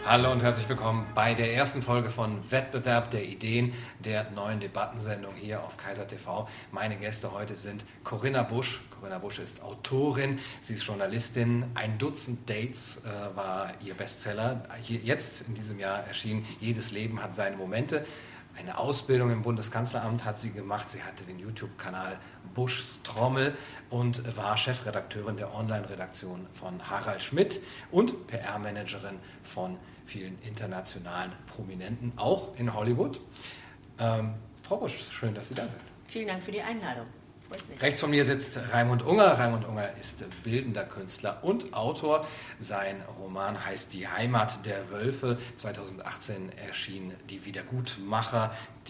Hallo und herzlich willkommen bei der ersten Folge von Wettbewerb der Ideen, der neuen Debattensendung hier auf Kaiser TV. Meine Gäste heute sind Corinna Busch. Corinna Busch ist Autorin, sie ist Journalistin. Ein Dutzend Dates war ihr Bestseller. Jetzt in diesem Jahr erschienen Jedes Leben hat seine Momente. Eine Ausbildung im Bundeskanzleramt hat sie gemacht. Sie hatte den YouTube-Kanal Buschs Trommel und war Chefredakteurin der Online-Redaktion von Harald Schmidt und PR-Managerin von vielen internationalen Prominenten, auch in Hollywood. Frau Busch, schön, dass Sie da sind. Vielen Dank für die Einladung. Rechts von mir sitzt Raimund Unger. Raimund Unger ist bildender Künstler und Autor. Sein Roman heißt Die Heimat der Wölfe. 2018 erschien Die Wiedergutmacher,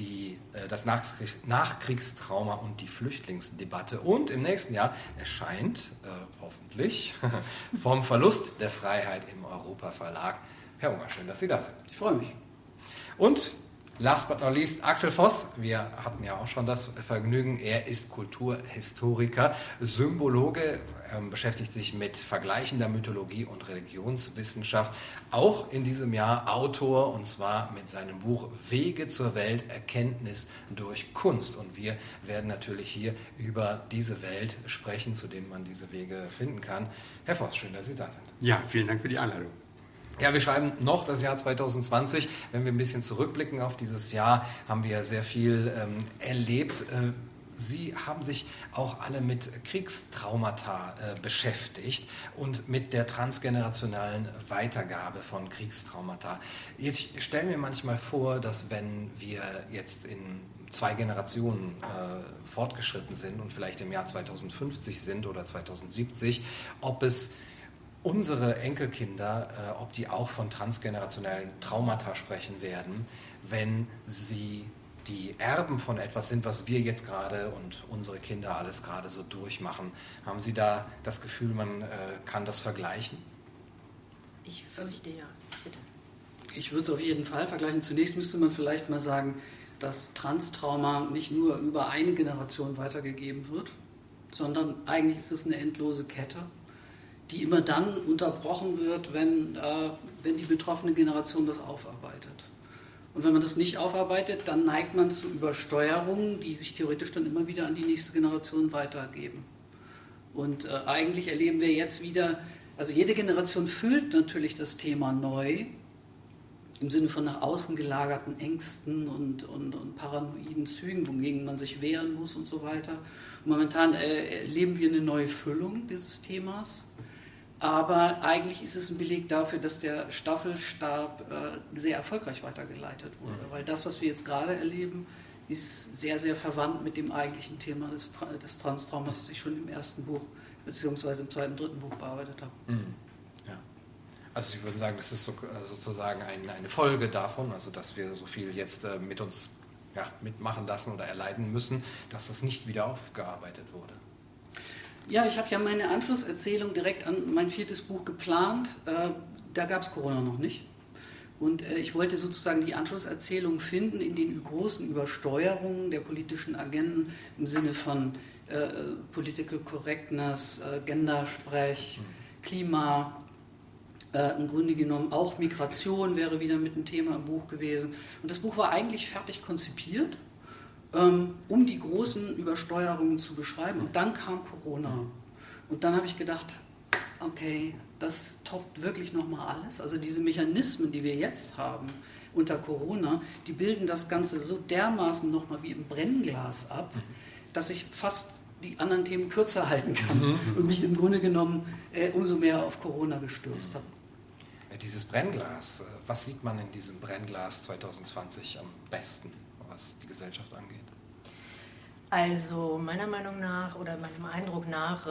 das Nachkriegstrauma und die Flüchtlingsdebatte. Und im nächsten Jahr erscheint, hoffentlich, Vom Verlust der Freiheit im Europa Verlag. Herr Unger, schön, dass Sie da sind. Ich freue mich. Und last but not least, Axel Voss. Wir hatten ja auch schon das Vergnügen. Er ist Kulturhistoriker, Symbologe, beschäftigt sich mit vergleichender Mythologie und Religionswissenschaft. Auch in diesem Jahr Autor, und zwar mit seinem Buch Wege zur Welt, Erkenntnis durch Kunst. Und wir werden natürlich hier über diese Welt sprechen, zu denen man diese Wege finden kann. Herr Voss, schön, dass Sie da sind. Ja, vielen Dank für die Einladung. Ja, wir schreiben noch das Jahr 2020. Wenn wir ein bisschen zurückblicken auf dieses Jahr, haben wir sehr viel erlebt. Sie haben sich auch alle mit Kriegstraumata beschäftigt und mit der transgenerationalen Weitergabe von Kriegstraumata. Ich stelle mir manchmal vor, dass wenn wir jetzt in 2 Generationen fortgeschritten sind und vielleicht im Jahr 2050 sind oder 2070, ob es unsere Enkelkinder, ob die auch von transgenerationellen Traumata sprechen werden, wenn sie die Erben von etwas sind, was wir jetzt gerade und unsere Kinder alles gerade so durchmachen. Haben Sie da das Gefühl, man kann das vergleichen? Ich fürchte ja. Bitte. Ich würde es auf jeden Fall vergleichen. Zunächst müsste man vielleicht mal sagen, dass Transtrauma nicht nur über eine Generation weitergegeben wird, sondern eigentlich ist es eine endlose Kette, die immer dann unterbrochen wird, wenn die betroffene Generation das aufarbeitet. Und wenn man das nicht aufarbeitet, dann neigt man zu Übersteuerungen, die sich theoretisch dann immer wieder an die nächste Generation weitergeben. Und eigentlich erleben wir jetzt wieder, also jede Generation füllt natürlich das Thema neu, im Sinne von nach außen gelagerten Ängsten und paranoiden Zügen, wogegen man sich wehren muss und so weiter. Und momentan erleben wir eine neue Füllung dieses Themas. Aber eigentlich ist es ein Beleg dafür, dass der Staffelstab sehr erfolgreich weitergeleitet wurde. Weil das, was wir jetzt gerade erleben, ist sehr, sehr verwandt mit dem eigentlichen Thema des Transtraumas, das ich schon im ersten Buch bzw. im zweiten, dritten Buch bearbeitet habe. Ja. Also Sie würden sagen, das ist sozusagen eine Folge davon, also dass wir so viel jetzt mit uns mitmachen lassen oder erleiden müssen, dass das nicht wieder aufgearbeitet wurde. Ja, ich habe ja meine Anschlusserzählung direkt an mein 4. Buch geplant. Da gab es Corona noch nicht. Und ich wollte sozusagen die Anschlusserzählung finden in den großen Übersteuerungen der politischen Agenden im Sinne von Political Correctness, Gendersprech, Klima. Im Grunde genommen auch Migration wäre wieder mit einem Thema im Buch gewesen. Und das Buch war eigentlich fertig konzipiert, um die großen Übersteuerungen zu beschreiben. Und dann kam Corona. Und dann habe ich gedacht, okay, das toppt wirklich nochmal alles. Also diese Mechanismen, die wir jetzt haben unter Corona, die bilden das Ganze so dermaßen nochmal wie im Brennglas ab, dass ich fast die anderen Themen kürzer halten kann und mich im Grunde genommen umso mehr auf Corona gestürzt habe. Dieses Brennglas, was sieht man in diesem Brennglas 2020 am besten, was die Gesellschaft angeht? Also meiner Meinung nach oder meinem Eindruck nach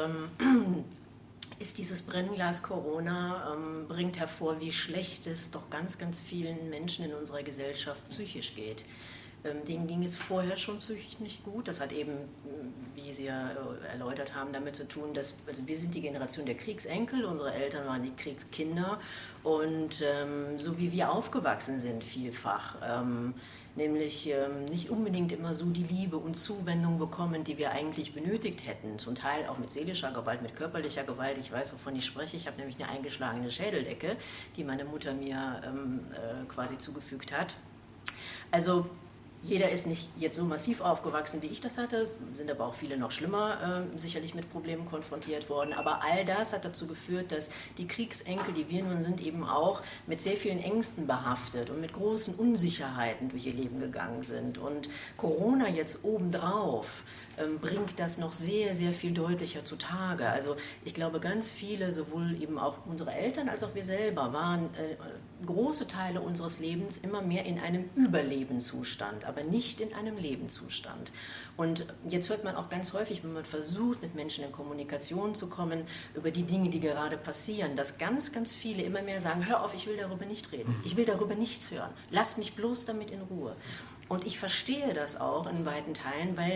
ist dieses Brennglas Corona, bringt hervor, wie schlecht es doch ganz, ganz vielen Menschen in unserer Gesellschaft psychisch geht. Denen ging es vorher schon psychisch nicht gut. Das hat eben, wie Sie ja erläutert haben, damit zu tun, dass also wir sind die Generation der Kriegsenkel, unsere Eltern waren die Kriegskinder und so wie wir aufgewachsen sind vielfach, nämlich nicht unbedingt immer so die Liebe und Zuwendung bekommen, die wir eigentlich benötigt hätten. Zum Teil auch mit seelischer Gewalt, mit körperlicher Gewalt. Ich weiß, wovon ich spreche. Ich habe nämlich eine eingeschlagene Schädeldecke, die meine Mutter mir quasi zugefügt hat. Also jeder ist nicht jetzt so massiv aufgewachsen, wie ich das hatte, sind aber auch viele noch schlimmer sicherlich mit Problemen konfrontiert worden. Aber all das hat dazu geführt, dass die Kriegsenkel, die wir nun sind, eben auch mit sehr vielen Ängsten behaftet und mit großen Unsicherheiten durch ihr Leben gegangen sind. Und Corona jetzt obendrauf bringt das noch sehr, sehr viel deutlicher zutage. Also ich glaube, ganz viele, sowohl eben auch unsere Eltern als auch wir selber, waren große Teile unseres Lebens immer mehr in einem Überlebenszustand, aber nicht in einem Lebenszustand. Und jetzt hört man auch ganz häufig, wenn man versucht, mit Menschen in Kommunikation zu kommen, über die Dinge, die gerade passieren, dass ganz, ganz viele immer mehr sagen, hör auf, ich will darüber nicht reden, ich will darüber nichts hören, lass mich bloß damit in Ruhe. Und ich verstehe das auch in weiten Teilen, weil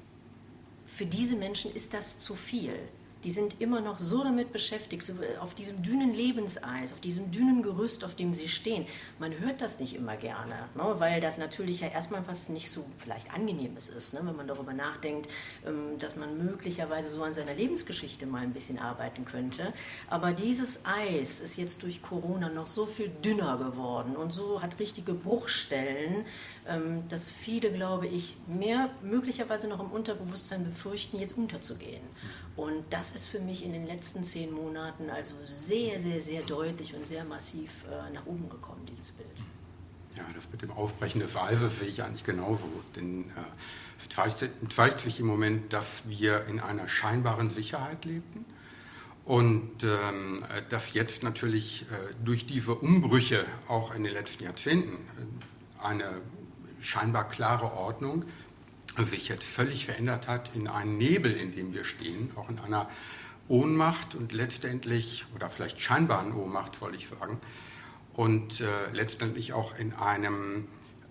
für diese Menschen ist das zu viel. Die sind immer noch so damit beschäftigt, auf diesem dünnen Lebenseis, auf diesem dünnen Gerüst, auf dem sie stehen. Man hört das nicht immer gerne, ne? Weil das natürlich ja erstmal was nicht so vielleicht Angenehmes ist, ne? Wenn man darüber nachdenkt, dass man möglicherweise so an seiner Lebensgeschichte mal ein bisschen arbeiten könnte. Aber dieses Eis ist jetzt durch Corona noch so viel dünner geworden und so hat richtige Bruchstellen, dass viele, glaube ich, mehr möglicherweise noch im Unterbewusstsein befürchten, jetzt unterzugehen. Und das ist für mich in den letzten 10 Monaten also sehr, sehr, sehr deutlich und sehr massiv nach oben gekommen, dieses Bild. Ja, das mit dem Aufbrechen des Eises sehe ich eigentlich genauso. Denn es zeigt sich im Moment, dass wir in einer scheinbaren Sicherheit lebten. Und dass jetzt natürlich durch diese Umbrüche auch in den letzten Jahrzehnten eine scheinbar klare Ordnung sich jetzt völlig verändert hat in einen Nebel, in dem wir stehen, auch in einer Ohnmacht und letztendlich, oder vielleicht scheinbaren Ohnmacht, soll ich sagen, und letztendlich auch in einem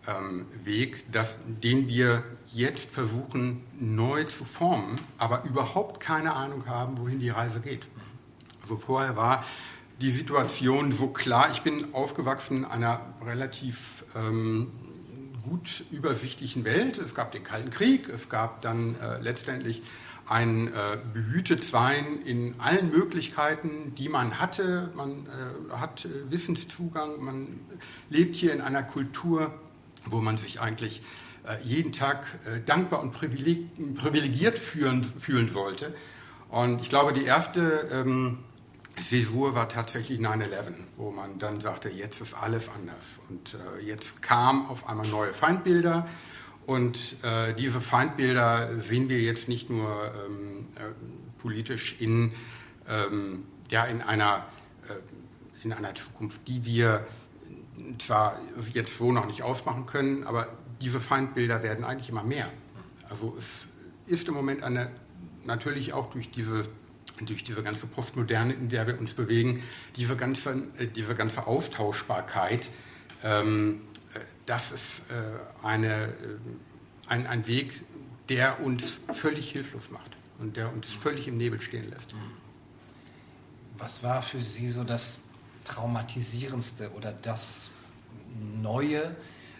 Weg, den wir jetzt versuchen neu zu formen, aber überhaupt keine Ahnung haben, wohin die Reise geht. Also vorher war die Situation so klar, ich bin aufgewachsen in einer relativ gut übersichtlichen Welt. Es gab den Kalten Krieg, es gab dann letztendlich ein Behütetsein in allen Möglichkeiten, die man hatte. Man hat Wissenszugang, man lebt hier in einer Kultur, wo man sich eigentlich jeden Tag dankbar und privilegiert fühlen sollte. Und ich glaube, die erste Zäsur war tatsächlich 9/11, wo man dann sagte, jetzt ist alles anders. Und jetzt kamen auf einmal neue Feindbilder. Und diese Feindbilder sehen wir jetzt nicht nur politisch in einer Zukunft, die wir zwar jetzt so noch nicht ausmachen können, aber diese Feindbilder werden eigentlich immer mehr. Also es ist im Moment natürlich auch durch diese ganze Postmoderne, in der wir uns bewegen, diese ganze Austauschbarkeit, das ist ein Weg, der uns völlig hilflos macht und der uns völlig im Nebel stehen lässt. Was war für Sie so das Traumatisierendste oder das neue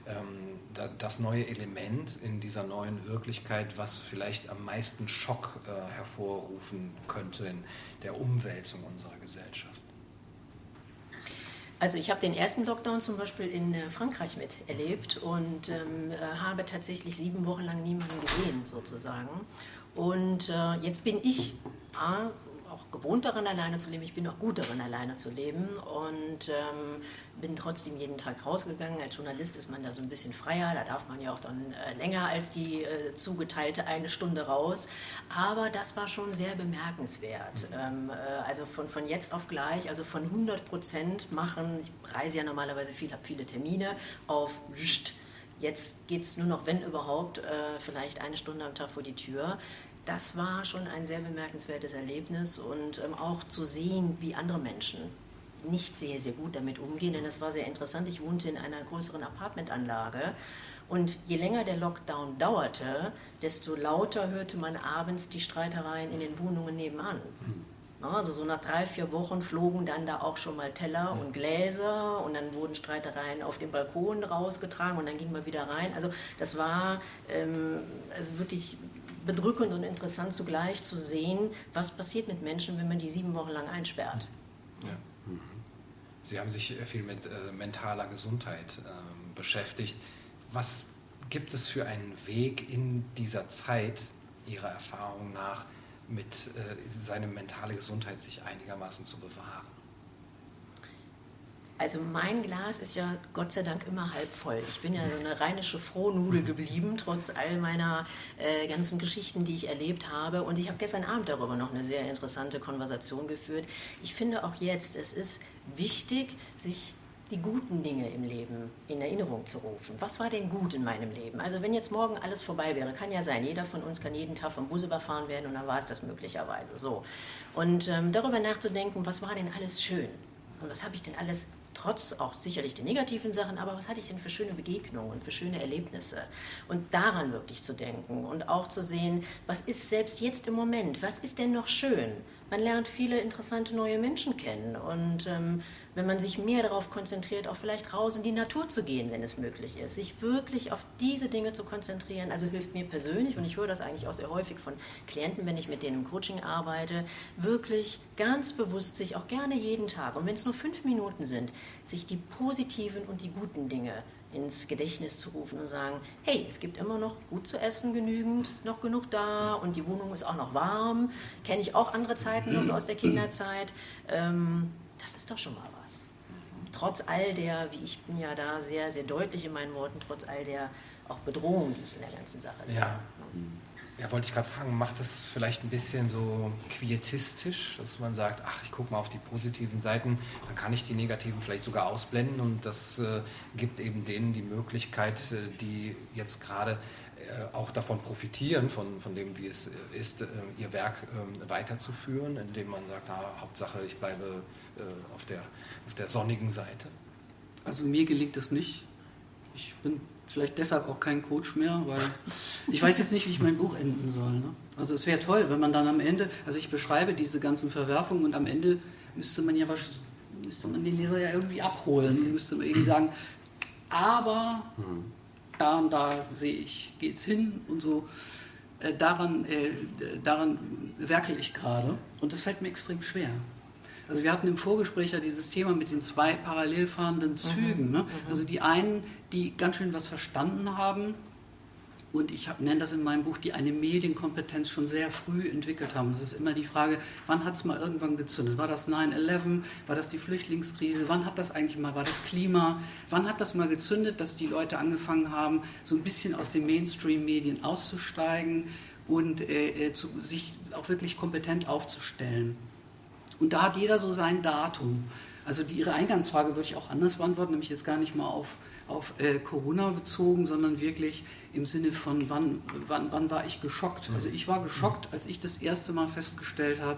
Element in dieser neuen Wirklichkeit, was vielleicht am meisten Schock hervorrufen könnte in der Umwälzung unserer Gesellschaft? Also ich habe den ersten Lockdown zum Beispiel in Frankreich miterlebt und habe tatsächlich 7 Wochen lang niemanden gesehen sozusagen. Und jetzt bin ich auch gewohnt daran, alleine zu leben. Ich bin auch gut darin, alleine zu leben und bin trotzdem jeden Tag rausgegangen. Als Journalist ist man da so ein bisschen freier, da darf man ja auch dann länger als die zugeteilte 1 Stunde raus. Aber das war schon sehr bemerkenswert. Also von jetzt auf gleich, also von 100% machen, ich reise ja normalerweise viel, habe viele Termine, auf jetzt geht es nur noch, wenn überhaupt, vielleicht 1 Stunde am Tag vor die Tür. Das war schon ein sehr bemerkenswertes Erlebnis und auch zu sehen, wie andere Menschen nicht sehr, sehr gut damit umgehen, denn das war sehr interessant. Ich wohnte in einer größeren Apartmentanlage Und je länger der Lockdown dauerte, desto lauter hörte man abends die Streitereien in den Wohnungen nebenan. Also so nach 3-4 Wochen flogen dann da auch schon mal Teller und Gläser und dann wurden Streitereien auf dem Balkon rausgetragen und dann ging man wieder rein. Also das war also wirklich bedrückend und interessant zugleich zu sehen, was passiert mit Menschen, wenn man die 7 Wochen lang einsperrt. Ja. Sie haben sich viel mit mentaler Gesundheit beschäftigt. Was gibt es für einen Weg in dieser Zeit, Ihrer Erfahrung nach, mit seine mentale Gesundheit sich einigermaßen zu bewahren? Also mein Glas ist ja Gott sei Dank immer halb voll. Ich bin ja so eine rheinische Frohnudel geblieben, trotz all meiner ganzen Geschichten, die ich erlebt habe. Und ich habe gestern Abend darüber noch eine sehr interessante Konversation geführt. Ich finde auch jetzt, es ist wichtig, sich die guten Dinge im Leben in Erinnerung zu rufen. Was war denn gut in meinem Leben? Also wenn jetzt morgen alles vorbei wäre, kann ja sein, jeder von uns kann jeden Tag vom Bus überfahren werden und dann war es das möglicherweise so. Und darüber nachzudenken, was war denn alles schön? Und was habe ich denn alles, trotz auch sicherlich den negativen Sachen, aber was hatte ich denn für schöne Begegnungen und für schöne Erlebnisse? Und daran wirklich zu denken und auch zu sehen, was ist selbst jetzt im Moment, was ist denn noch schön? Man lernt viele interessante neue Menschen kennen und wenn man sich mehr darauf konzentriert, auch vielleicht raus in die Natur zu gehen, wenn es möglich ist, sich wirklich auf diese Dinge zu konzentrieren, also hilft mir persönlich, und ich höre das eigentlich auch sehr häufig von Klienten, wenn ich mit denen im Coaching arbeite, wirklich ganz bewusst sich auch gerne jeden Tag, und wenn es nur 5 Minuten sind, sich die positiven und die guten Dinge ins Gedächtnis zu rufen und sagen, hey, es gibt immer noch gut zu essen genügend, ist noch genug da und die Wohnung ist auch noch warm, kenne ich auch andere Zeiten noch so aus der Kinderzeit, das ist doch schon mal was. Trotz all der, wie ich bin ja da sehr, sehr deutlich in meinen Worten, trotz all der auch Bedrohung, die ich in der ganzen Sache sehe. Ja, wollte ich gerade fragen, macht das vielleicht ein bisschen so quietistisch, dass man sagt, ach, ich gucke mal auf die positiven Seiten, dann kann ich die negativen vielleicht sogar ausblenden und das gibt eben denen die Möglichkeit, die jetzt gerade auch davon profitieren, von dem, wie es ist, ihr Werk weiterzuführen, indem man sagt, Hauptsache, ich bleibe auf der sonnigen Seite? Also mir gelingt das nicht. Ich bin vielleicht deshalb auch kein Coach mehr, weil ich weiß jetzt nicht, wie ich mein Buch enden soll. Ne? Also es wäre toll, wenn man dann am Ende, also ich beschreibe diese ganzen Verwerfungen und am Ende müsste man den Leser ja irgendwie abholen, müsste man irgendwie sagen, aber da und da sehe ich, geht's hin und so. Daran werkel ich gerade und das fällt mir extrem schwer. Also wir hatten im Vorgespräch ja dieses Thema mit den 2 parallel fahrenden Zügen. Ne? Also die einen, die ganz schön was verstanden haben und ich nenne das in meinem Buch, die eine Medienkompetenz schon sehr früh entwickelt haben. Das ist immer die Frage, wann hat es mal irgendwann gezündet? War das 9/11? War das die Flüchtlingskrise? Wann hat das eigentlich mal, war das Klima? Wann hat das mal gezündet, dass die Leute angefangen haben, so ein bisschen aus den Mainstream-Medien auszusteigen und sich auch wirklich kompetent aufzustellen? Und da hat jeder so sein Datum. Also Ihre Eingangsfrage würde ich auch anders beantworten, nämlich jetzt gar nicht mal auf Corona bezogen, sondern wirklich im Sinne von, wann war ich geschockt? Also ich war geschockt, als ich das erste Mal festgestellt habe,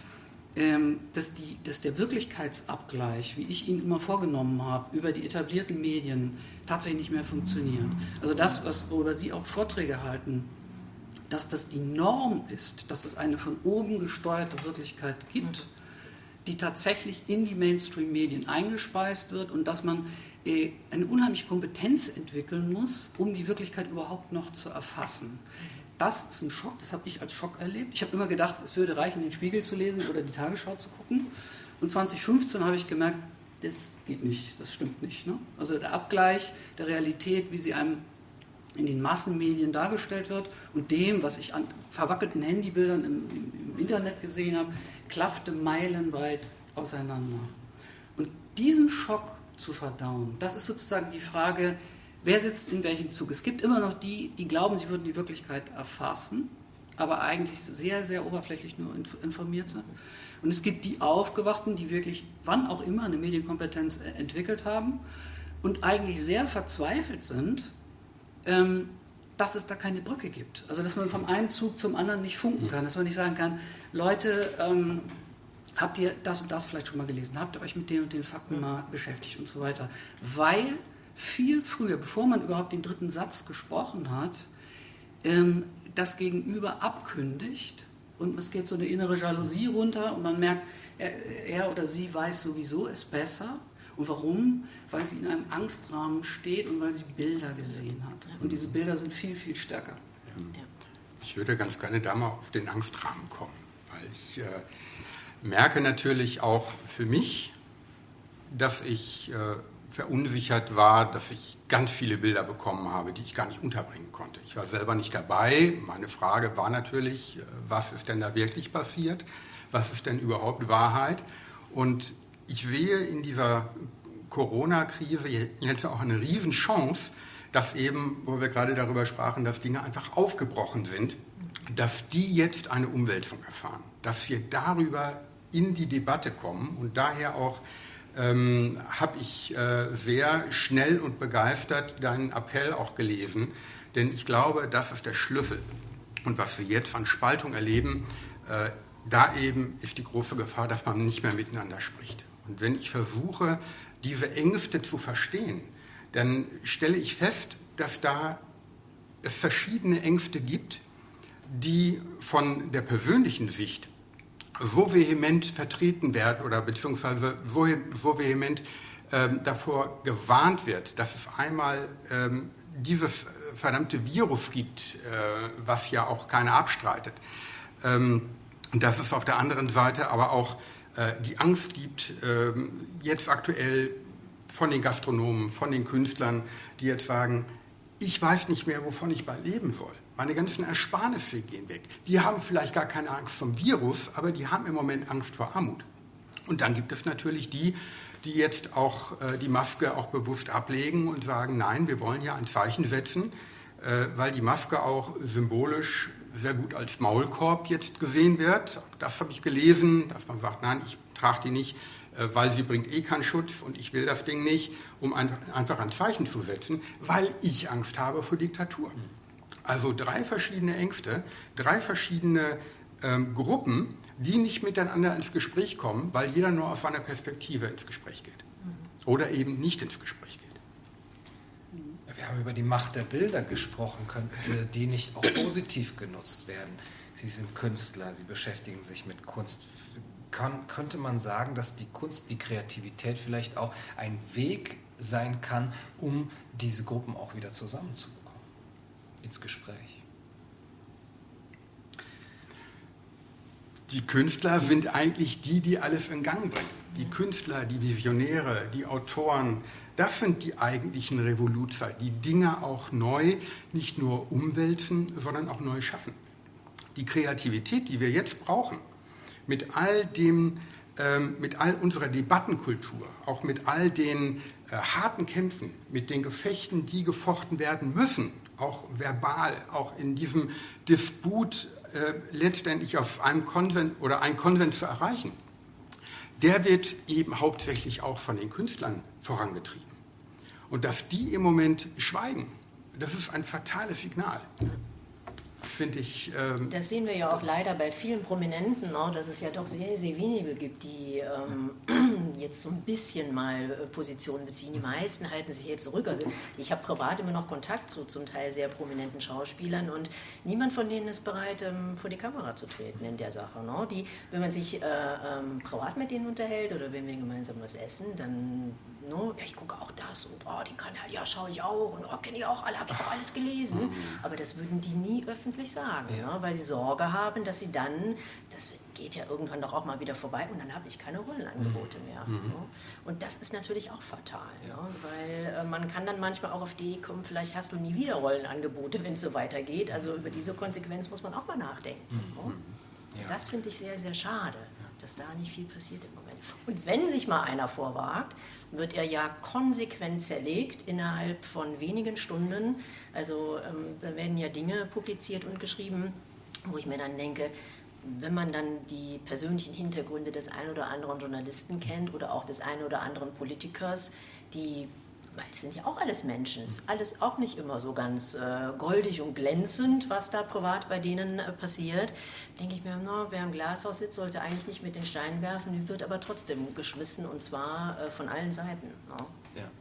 dass der Wirklichkeitsabgleich, wie ich ihn immer vorgenommen habe, über die etablierten Medien tatsächlich nicht mehr funktioniert. Also das, worüber Sie auch Vorträge halten, dass das die Norm ist, dass es eine von oben gesteuerte Wirklichkeit gibt, die tatsächlich in die Mainstream-Medien eingespeist wird und dass man eine unheimliche Kompetenz entwickeln muss, um die Wirklichkeit überhaupt noch zu erfassen. Das ist ein Schock, das habe ich als Schock erlebt. Ich habe immer gedacht, es würde reichen, den Spiegel zu lesen oder die Tagesschau zu gucken. Und 2015 habe ich gemerkt, das geht nicht, das stimmt nicht. Ne? Also der Abgleich der Realität, wie sie einem in den Massenmedien dargestellt wird und dem, was ich an verwackelten Handybildern im Internet gesehen habe, klaffte meilenweit auseinander. Und diesen Schock zu verdauen, das ist sozusagen die Frage, wer sitzt in welchem Zug. Es gibt immer noch die glauben, sie würden die Wirklichkeit erfassen, aber eigentlich sehr, sehr oberflächlich nur informiert sind. Und es gibt die Aufgewachten, die wirklich, wann auch immer, eine Medienkompetenz entwickelt haben und eigentlich sehr verzweifelt sind, dass es da keine Brücke gibt. Also dass man vom einen Zug zum anderen nicht funken kann, dass man nicht sagen kann, Leute, habt ihr das und das vielleicht schon mal gelesen, habt ihr euch mit den und den Fakten mal beschäftigt und so weiter. Weil viel früher, bevor man überhaupt den dritten Satz gesprochen hat, das Gegenüber abkündigt und es geht so eine innere Jalousie runter und man merkt, er oder sie weiß sowieso es besser. Und warum? Weil sie in einem Angstrahmen steht und weil sie Bilder gesehen hat. Und diese Bilder sind viel, viel stärker. Ja. Ich würde ganz gerne da mal auf den Angstrahmen kommen, weil ich merke natürlich auch für mich, dass ich verunsichert war, dass ich ganz viele Bilder bekommen habe, die ich gar nicht unterbringen konnte. Ich war selber nicht dabei. Meine Frage war natürlich, was ist denn da wirklich passiert? Was ist denn überhaupt Wahrheit? Und ich sehe in dieser Corona-Krise jetzt auch eine Riesenchance, dass eben, wo wir gerade darüber sprachen, dass Dinge einfach aufgebrochen sind, dass die jetzt eine Umwälzung erfahren, dass wir darüber in die Debatte kommen. Und daher auch habe ich sehr schnell und begeistert deinen Appell auch gelesen, denn ich glaube, das ist der Schlüssel. Und was wir jetzt an Spaltung erleben, da eben ist die große Gefahr, dass man nicht mehr miteinander spricht. Und wenn ich versuche, diese Ängste zu verstehen, dann stelle ich fest, dass da es verschiedene Ängste gibt, die von der persönlichen Sicht so vehement vertreten werden oder beziehungsweise so vehement davor gewarnt wird, dass es einmal dieses verdammte Virus gibt, was ja auch keiner abstreitet. Dass es auf der anderen Seite aber auch die Angst gibt, jetzt aktuell von den Gastronomen, von den Künstlern, die jetzt sagen, ich weiß nicht mehr, wovon ich bald leben soll. Meine ganzen Ersparnisse gehen weg. Die haben vielleicht gar keine Angst vom Virus, aber die haben im Moment Angst vor Armut. Und dann gibt es natürlich die jetzt auch die Maske auch bewusst ablegen und sagen, nein, wir wollen ja ein Zeichen setzen, weil die Maske auch symbolisch sehr gut als Maulkorb jetzt gesehen wird. Das habe ich gelesen, dass man sagt, nein, ich trage die nicht, weil sie bringt eh keinen Schutz und ich will das Ding nicht, um einfach ein Zeichen zu setzen, weil ich Angst habe vor Diktatur. Also 3 verschiedene Ängste, 3 verschiedene Gruppen, die nicht miteinander ins Gespräch kommen, weil jeder nur aus seiner Perspektive ins Gespräch geht. Oder eben nicht ins Gespräch geht. Wir haben über die Macht der Bilder gesprochen, könnte die nicht auch positiv genutzt werden? Sie sind Künstler, Sie beschäftigen sich mit Kunst. Könnte man sagen, dass die Kunst, die Kreativität vielleicht auch ein Weg sein kann, um diese Gruppen auch wieder zusammenzubekommen, ins Gespräch? Die Künstler sind eigentlich die alles in Gang bringen. Die Künstler, die Visionäre, die Autoren, das sind die eigentlichen Revoluzer, die Dinge auch neu nicht nur umwälzen, sondern auch neu schaffen. Die Kreativität, die wir jetzt brauchen, mit all unserer Debattenkultur, auch mit all den harten Kämpfen, mit den Gefechten, die gefochten werden müssen, auch verbal, auch in diesem Disput letztendlich auf einem Konvent oder einen Konvent zu erreichen, der wird eben hauptsächlich auch von den Künstlern vorangetrieben. Und dass die im Moment schweigen, das ist ein fatales Signal. Finde ich. Das sehen wir ja auch leider bei vielen Prominenten, dass es ja doch sehr, sehr wenige gibt, die jetzt so ein bisschen mal Positionen beziehen. Die meisten halten sich jetzt zurück. Also ich habe privat immer noch Kontakt zu zum Teil sehr prominenten Schauspielern und niemand von denen ist bereit, vor die Kamera zu treten in der Sache. Die, wenn man sich privat mit denen unterhält oder wenn wir gemeinsam was essen, dann ja, ich gucke auch das und die kann ja schaue ich auch und kenne ich auch alle, habe ich auch alles gelesen. Aber das würden die nie öffentlich sagen, weil sie Sorge haben, dass sie dann, das geht ja irgendwann doch auch mal wieder vorbei und dann habe ich keine Rollenangebote mehr. Und das ist natürlich auch fatal, weil man kann dann manchmal auch auf die Idee kommen, vielleicht hast du nie wieder Rollenangebote, wenn es so weitergeht. Also über diese Konsequenz muss man auch mal nachdenken. Das finde ich sehr, sehr schade, dass da nicht viel passiert im Moment. Und wenn sich mal einer vorwagt, wird er ja konsequent zerlegt innerhalb von wenigen Stunden. Also da werden ja Dinge publiziert und geschrieben, wo ich mir dann denke, wenn man dann die persönlichen Hintergründe des einen oder anderen Journalisten kennt oder auch des einen oder anderen Politikers, weil es sind ja auch alles Menschen, ist alles auch nicht immer so ganz goldig und glänzend, was da privat bei denen passiert, denke ich mir, wer im Glashaus sitzt, sollte eigentlich nicht mit den Steinen werfen, die wird aber trotzdem geschmissen und zwar von allen Seiten.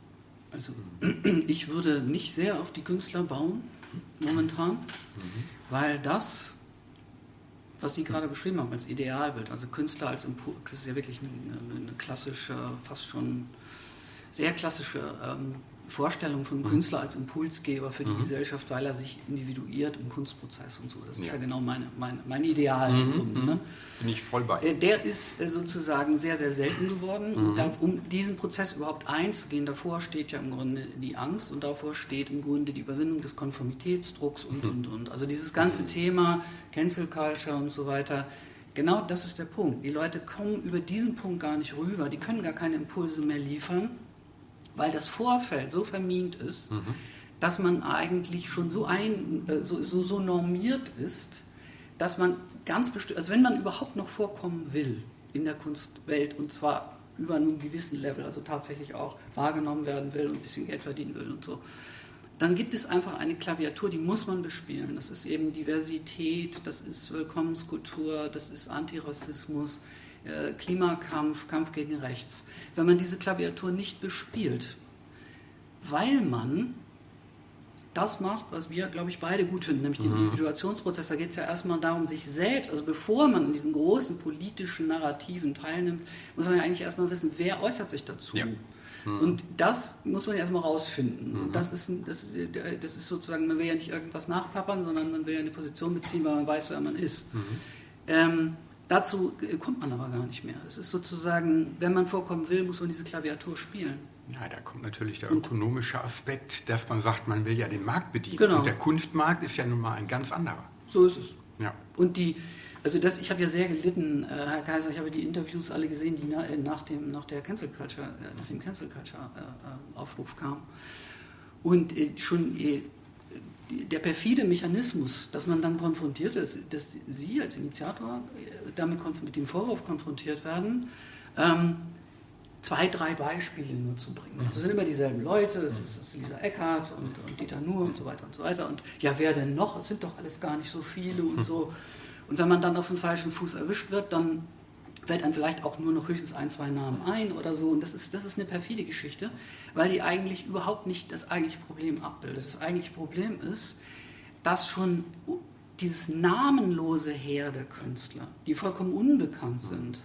Also ich würde nicht sehr auf die Künstler bauen, momentan, weil das, was Sie gerade beschrieben haben als Idealbild, also Künstler als Impuls, das ist ja wirklich eine klassische, fast schon sehr klassische Vorstellung von einem Künstler als Impulsgeber für die Gesellschaft, weil er sich individuiert im Kunstprozess und so. Das ist ja genau mein Ideal im Grunde. Ne? Bin ich voll bei. Der ist sozusagen sehr, sehr selten geworden. Und um diesen Prozess überhaupt einzugehen, davor steht ja im Grunde die Angst und davor steht im Grunde die Überwindung des Konformitätsdrucks und. Also dieses ganze Thema Cancel Culture und so weiter, genau das ist der Punkt. Die Leute kommen über diesen Punkt gar nicht rüber, die können gar keine Impulse mehr liefern, weil das Vorfeld so vermint ist, dass man eigentlich schon so normiert ist, dass man ganz bestimmt, also wenn man überhaupt noch vorkommen will in der Kunstwelt und zwar über einem gewissen Level, also tatsächlich auch wahrgenommen werden will und ein bisschen Geld verdienen will und so, dann gibt es einfach eine Klaviatur, die muss man bespielen. Das ist eben Diversität, das ist Willkommenskultur, das ist Antirassismus, Klimakampf, Kampf gegen Rechts. Wenn man diese Klaviatur nicht bespielt, weil man das macht, was wir, glaube ich, beide gut finden, nämlich den Individuationsprozess, da geht es ja erstmal darum, sich selbst, also bevor man in diesen großen politischen Narrativen teilnimmt, muss man ja eigentlich erstmal wissen, wer äußert sich dazu. Ja. Und das muss man ja erstmal rausfinden. Und das ist sozusagen, man will ja nicht irgendwas nachplappern, sondern man will ja eine Position beziehen, weil man weiß, wer man ist. Dazu kommt man aber gar nicht mehr. Es ist sozusagen, wenn man vorkommen will, muss man diese Klaviatur spielen. Ja, da kommt natürlich der ökonomische Aspekt, dass man sagt, man will ja den Markt bedienen. Genau. Und der Kunstmarkt ist ja nun mal ein ganz anderer. So ist es. Ja. Und ich habe ja sehr gelitten, Herr Kaiser, ich habe die Interviews alle gesehen, die nach dem Cancel Culture Aufruf kamen. Und schon der perfide Mechanismus, dass man dann konfrontiert ist, dass Sie als Initiator mit dem Vorwurf konfrontiert werden, 2, 3 Beispiele nur zu bringen. Also es sind immer dieselben Leute, es ist Lisa Eckhardt und Dieter Nuhr und so weiter und so weiter. Und ja, wer denn noch? Es sind doch alles gar nicht so viele und so. Und wenn man dann auf dem falschen Fuß erwischt wird, dann fällt einem vielleicht auch nur noch höchstens 1, 2 Namen ein oder so. Und das ist eine perfide Geschichte, weil die eigentlich überhaupt nicht das eigentliche Problem abbildet. Das eigentliche Problem ist, dass schon dieses namenlose Heer der Künstler, die vollkommen unbekannt sind,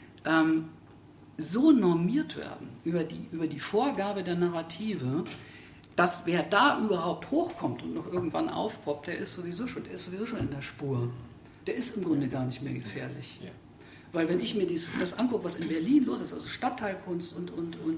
so normiert werden über die Vorgabe der Narrative, dass wer da überhaupt hochkommt und noch irgendwann aufpoppt, der ist sowieso schon in der Spur. Der ist im Grunde gar nicht mehr gefährlich. Ja. Weil wenn ich mir das angucke, was in Berlin los ist, also Stadtteilkunst und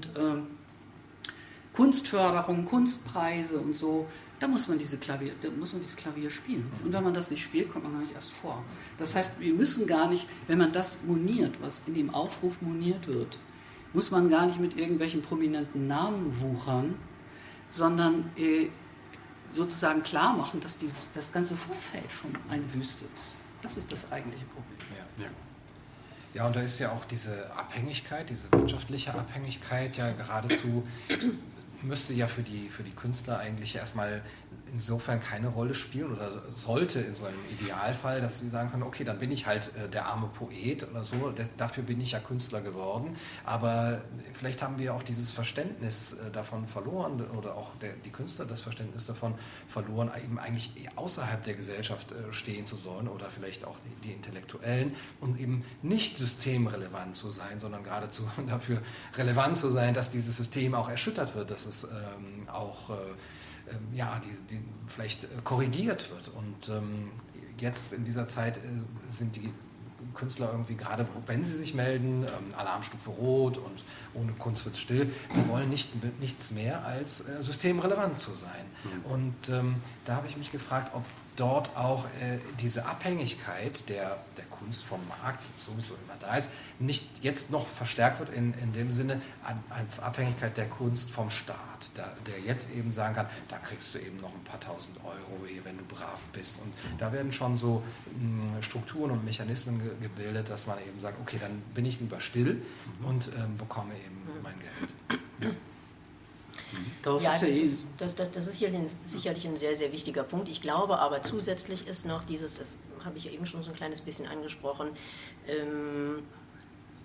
Kunstförderung, Kunstpreise und so, da muss man dieses Klavier spielen. Und wenn man das nicht spielt, kommt man gar nicht erst vor. Das heißt, wir müssen gar nicht, wenn man das moniert, was in dem Aufruf moniert wird, muss man gar nicht mit irgendwelchen prominenten Namen wuchern, sondern sozusagen klar machen, dass das ganze Vorfeld schon eine Wüste ist. Das ist das eigentliche Problem. Ja, und da ist ja auch diese Abhängigkeit, diese wirtschaftliche Abhängigkeit ja geradezu, müsste ja für die Künstler eigentlich erstmal insofern keine Rolle spielen oder sollte in so einem Idealfall, dass sie sagen können, okay, dann bin ich halt der arme Poet oder so, dafür bin ich ja Künstler geworden, aber vielleicht haben wir auch dieses Verständnis davon verloren oder auch die Künstler das Verständnis davon verloren, eben eigentlich außerhalb der Gesellschaft stehen zu sollen oder vielleicht auch die Intellektuellen und eben nicht systemrelevant zu sein, sondern geradezu dafür relevant zu sein, dass dieses System auch erschüttert wird, dass es auch die vielleicht korrigiert wird. Und jetzt in dieser Zeit sind die Künstler irgendwie, gerade wenn sie sich melden, Alarmstufe Rot und ohne Kunst wird's still, die wollen nichts mehr als systemrelevant zu sein. Und da habe ich mich gefragt, ob dort auch diese Abhängigkeit der Kunst vom Markt, die sowieso immer da ist, nicht jetzt noch verstärkt wird in dem Sinne als Abhängigkeit der Kunst vom Staat, der jetzt eben sagen kann, da kriegst du eben noch ein paar tausend Euro, wenn du brav bist. Und da werden schon so Strukturen und Mechanismen gebildet, dass man eben sagt, okay, dann bin ich lieber still und bekomme eben mein Geld. Ja. Ja, das ist sicherlich ein sehr, sehr wichtiger Punkt. Ich glaube aber zusätzlich ist noch das habe ich eben schon so ein kleines bisschen angesprochen,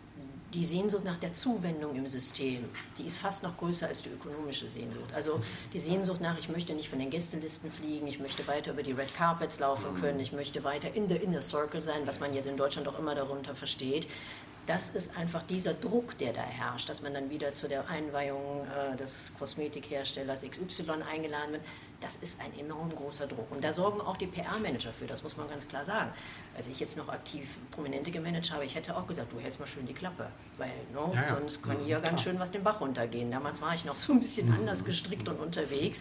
die Sehnsucht nach der Zuwendung im System, die ist fast noch größer als die ökonomische Sehnsucht. Also die Sehnsucht nach, ich möchte nicht von den Gästelisten fliegen, ich möchte weiter über die Red Carpets laufen können, ich möchte weiter in the inner circle sein, was man jetzt in Deutschland auch immer darunter versteht. Das ist einfach dieser Druck, der da herrscht, dass man dann wieder zu der Einweihung des Kosmetikherstellers XY eingeladen wird. Das ist ein enorm großer Druck. Und da sorgen auch die PR-Manager für, das muss man ganz klar sagen. Als ich jetzt noch aktiv Prominente gemanagt habe, ich hätte auch gesagt, du hältst mal schön die Klappe, weil sonst kann hier ganz schön was den Bach runtergehen. Damals war ich noch so ein bisschen anders gestrickt und unterwegs.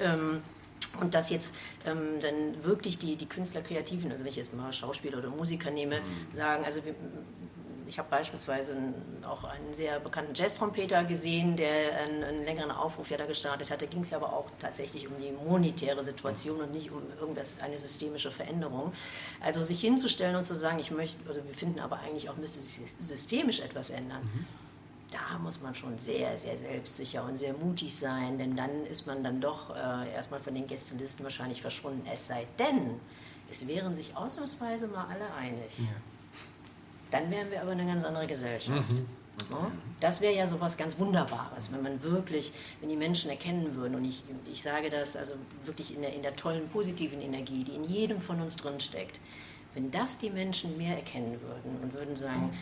Und dass jetzt dann wirklich die Künstler, Kreativen, also wenn ich jetzt mal Schauspieler oder Musiker nehme, sagen, also ich habe beispielsweise auch einen sehr bekannten Jazz-Trompeter gesehen, der einen längeren Aufruf ja da gestartet hat. Da ging es ja aber auch tatsächlich um die monetäre Situation und nicht um eine systemische Veränderung. Also sich hinzustellen und zu sagen, wir finden aber eigentlich auch, müsste sich systemisch etwas ändern. Da muss man schon sehr, sehr selbstsicher und sehr mutig sein, denn dann ist man dann doch erstmal von den Gästelisten wahrscheinlich verschwunden. Es sei denn, es wären sich ausnahmsweise mal alle einig. Ja. Dann wären wir aber eine ganz andere Gesellschaft. Das wäre ja sowas ganz Wunderbares, wenn die Menschen erkennen würden, und ich sage das also wirklich in der tollen, positiven Energie, die in jedem von uns drin steckt. Wenn das die Menschen mehr erkennen würden und würden sagen,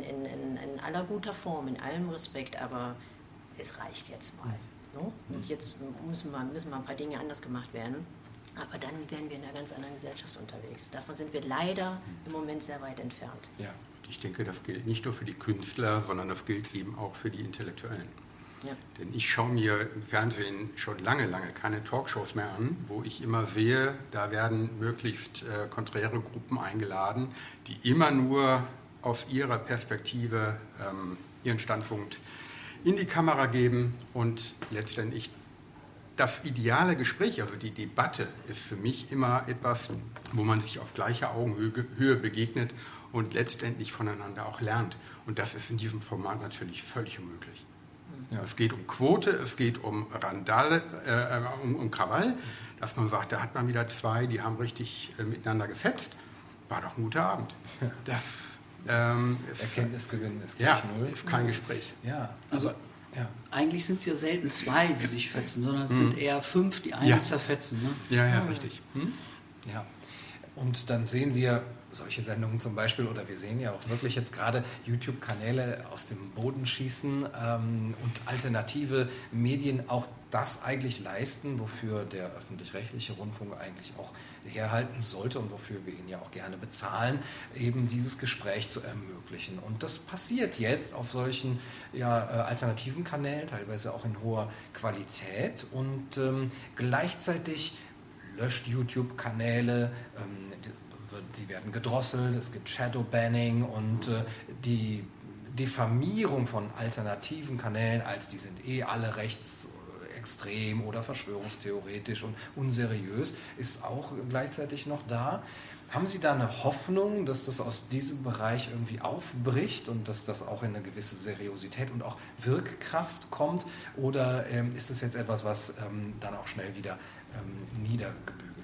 in aller guter Form, in allem Respekt, aber es reicht jetzt mal. Und jetzt müssen mal ein paar Dinge anders gemacht werden. Aber dann wären wir in einer ganz anderen Gesellschaft unterwegs. Davon sind wir leider im Moment sehr weit entfernt. Ja, ich denke, das gilt nicht nur für die Künstler, sondern das gilt eben auch für die Intellektuellen. Ja. Denn ich schaue mir im Fernsehen schon lange keine Talkshows mehr an, wo ich immer sehe, da werden möglichst konträre Gruppen eingeladen, die immer nur aus ihrer Perspektive ihren Standpunkt in die Kamera geben und letztendlich das ideale Gespräch, also die Debatte, ist für mich immer etwas, wo man sich auf gleicher Augenhöhe begegnet und letztendlich voneinander auch lernt. Und das ist in diesem Format natürlich völlig unmöglich. Ja. Es geht um Quote, es geht um Randale, um Krawall, dass man sagt, da hat man wieder zwei, die haben richtig miteinander gefetzt. War doch ein guter Abend. Das Erkenntnisgewinn ist gleich null. Ist kein Gespräch. Ja, also eigentlich sind es ja selten zwei, die sich fetzen, sondern es sind eher 5, die einen zerfetzen. Ne? Ja, richtig. Ja. Und dann sehen wir solche Sendungen zum Beispiel, oder wir sehen ja auch wirklich jetzt gerade YouTube-Kanäle aus dem Boden schießen und alternative Medien auch das eigentlich leisten, wofür der öffentlich-rechtliche Rundfunk eigentlich auch herhalten sollte und wofür wir ihn ja auch gerne bezahlen, eben dieses Gespräch zu ermöglichen. Und das passiert jetzt auf solchen alternativen Kanälen, teilweise auch in hoher Qualität, und gleichzeitig löscht YouTube-Kanäle, die werden gedrosselt, es gibt Shadowbanning und die Diffamierung von alternativen Kanälen als die sind alle rechtsextrem oder verschwörungstheoretisch und unseriös, ist auch gleichzeitig noch da. Haben Sie da eine Hoffnung, dass das aus diesem Bereich irgendwie aufbricht und dass das auch in eine gewisse Seriosität und auch Wirkkraft kommt? Oder ist das jetzt etwas, was dann auch schnell wieder niedergebügelt wird?